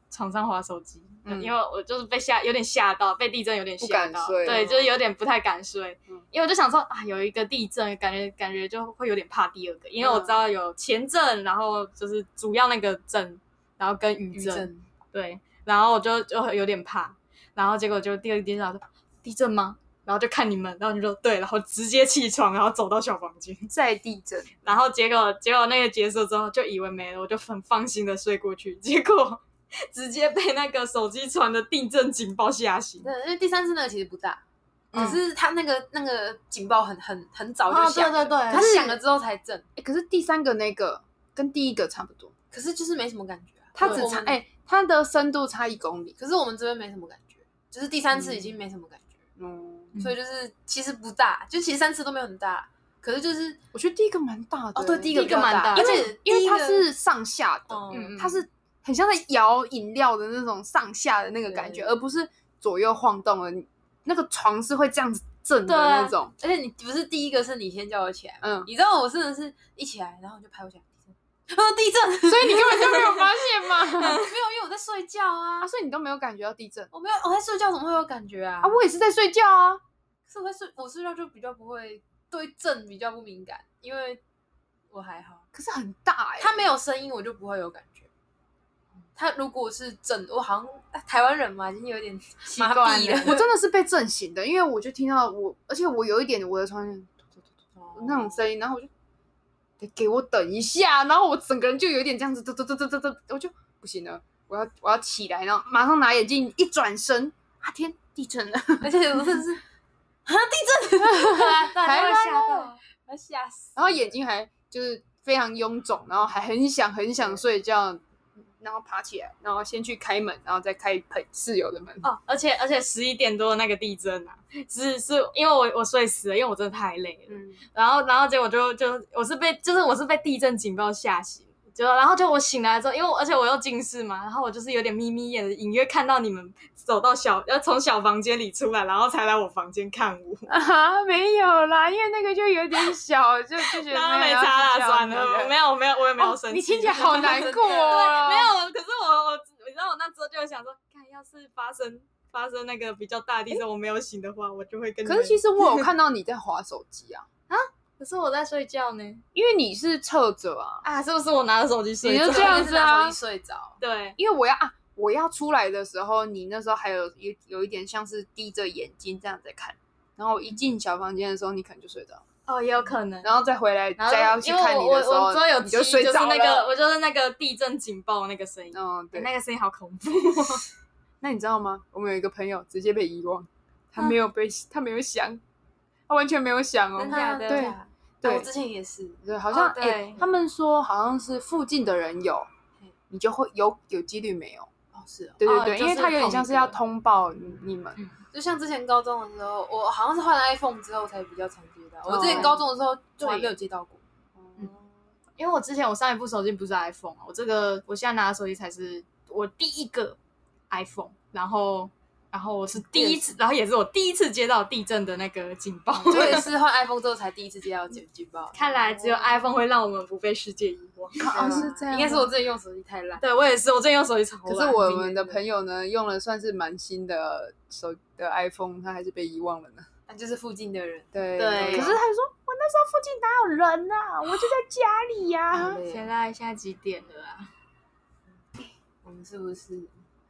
床上滑手机，因为我就是有点吓到，被地震有点吓到， 不敢睡， 对，就是有点不太敢睡，因为我就想说啊，有一个地震，感觉就会有点怕第二个，因为我知道有前震，然后就是主要那个震，然后跟余震，对，然后我就有点怕，然后结果就第二个地震说地震吗？然后就看你们，然后就说对，然后直接起床，然后走到小房间再地震， 然后结果那个结束之后就以为没了，我就很放心的睡过去，结果直接被那个手机传的地震警报吓醒。 对，因为第3次那个其实不大，可是它那个警报很早就响， 对， 它响了之后才震。 可是第3个那个跟第1个差不多， 可是就是没什么感觉它只差它的深度差1公里， 可是我们这边没什么感觉，就是第3次已经没什么感觉。所以就是其实不大，就其实3次都没有很大，可是就是我觉得第1个蛮大的。 对，第一个蛮大， 因为它是上下的，它是很像在摇饮料的那种上下的那个感觉，而不是左右晃动的。那个床是会这样子震的那种， 而且你不是第1个是你先叫我起来，你知道我真的是一起来，然后你就拍我起来。地震， 所以你根本就没有发现吗？ 没有，因为我在睡觉啊。 所以你都没有感觉到地震？ 我没有，我在睡觉怎么会有感觉啊？ 我也是在睡觉啊。 可是我睡觉就比较不会对震比较不敏感，因为我还好。 可是很大它没有声音我就不会有感觉。它如果是震，我好像台湾人嘛，已经有点麻痹了。 我真的是被震醒的，因为我就听到而且我有一点我的床那种声音，然后我就。得给我等一下，然后我整个人就有点这样子，我就不行了，我要起来，然后马上拿眼镜一转身，天，地震了！ 而且我真的是地震， 大家会吓到， 要吓死。 然后眼睛还就是非常臃肿，然后还很想睡觉，然后爬起来，然后先去开门，然后再开室友的门。 而且11点多的那个地震啊，是因为我睡死了，因为我真的太累了。然后结果就我是被地震警报吓醒，然后我醒来之后，因为而且我又近视嘛，然后我就是有点眯眯眼的，隐约看到你们走到要从小房间里出来，然后才来我房间看我。 没有啦，因为那个就有点小，就觉得没差啦，算了，没有，我也没有生气。 你听起来好难过。 对，没有，可是我你知道我那时候就想说，看要是发生那个比较大的地震，我没有醒的话，我就会跟你们。 可是其实我有看到你在滑手机啊。 可是我在睡觉呢， 因为你是侧着是不是我拿着手机睡着？ 你就这样子啊， 手机睡着。 对， 因为我要出来的时候，你那时候还有一点像是低着眼睛这样在看，然后一进小房间的时候，你可能就睡着。 也有可能。 然后再回来再要去看你的时候， 我你就睡着了。我就是那个地震警报那个声音。 对， 那个声音好恐怖。 那你知道吗？我们有一个朋友直接被遗忘，他没有响，他完全没有响哦。 对，我之前也是。 对，好像他们说好像是附近的人有，你就会有几率没有。 是。 对，因为他有点像是要通报你们。 就像之前高中的时候，我好像是换了 iPhone 之后才比较常接到。我之前高中的时候从来没有接到过。 因为我上一部手机不是 iPhone 啊，我现在拿的手机才是我第一个 iPhone， 然后我是第一次，然后也是我第一次接到地震的那个警报。 我也是换 iPhone 之后才第一次接到警报。 看来只有 iPhone 会让我们不被世界遗忘。 是这样。 应该是我之前用手机太烂。 对，我也是，我之前用手机超烂。 可是我们的朋友呢，用了算是蛮新的iPhone， 他还是被遗忘了呢。 那就是附近的人。 对。可是他说我那时候附近哪有人啊？我就在家里呀。 现在几点了啊？ 我们是不是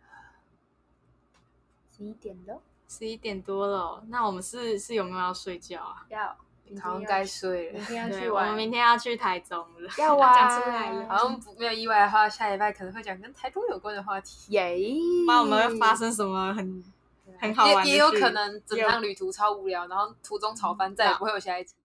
11点了 ？11点多了，那我们是有没有要睡觉啊？ 要， 好像该睡了。 明天要去玩， 我们明天要去台中了。 要玩， 讲出来了。 好像没有意外的话，下礼拜可能会讲跟台中有关的话题。 耶！ 不知道我们会发生什么很好玩的事。 也有可能整趟旅途超无聊，然后途中吵翻，再也不会有下一集。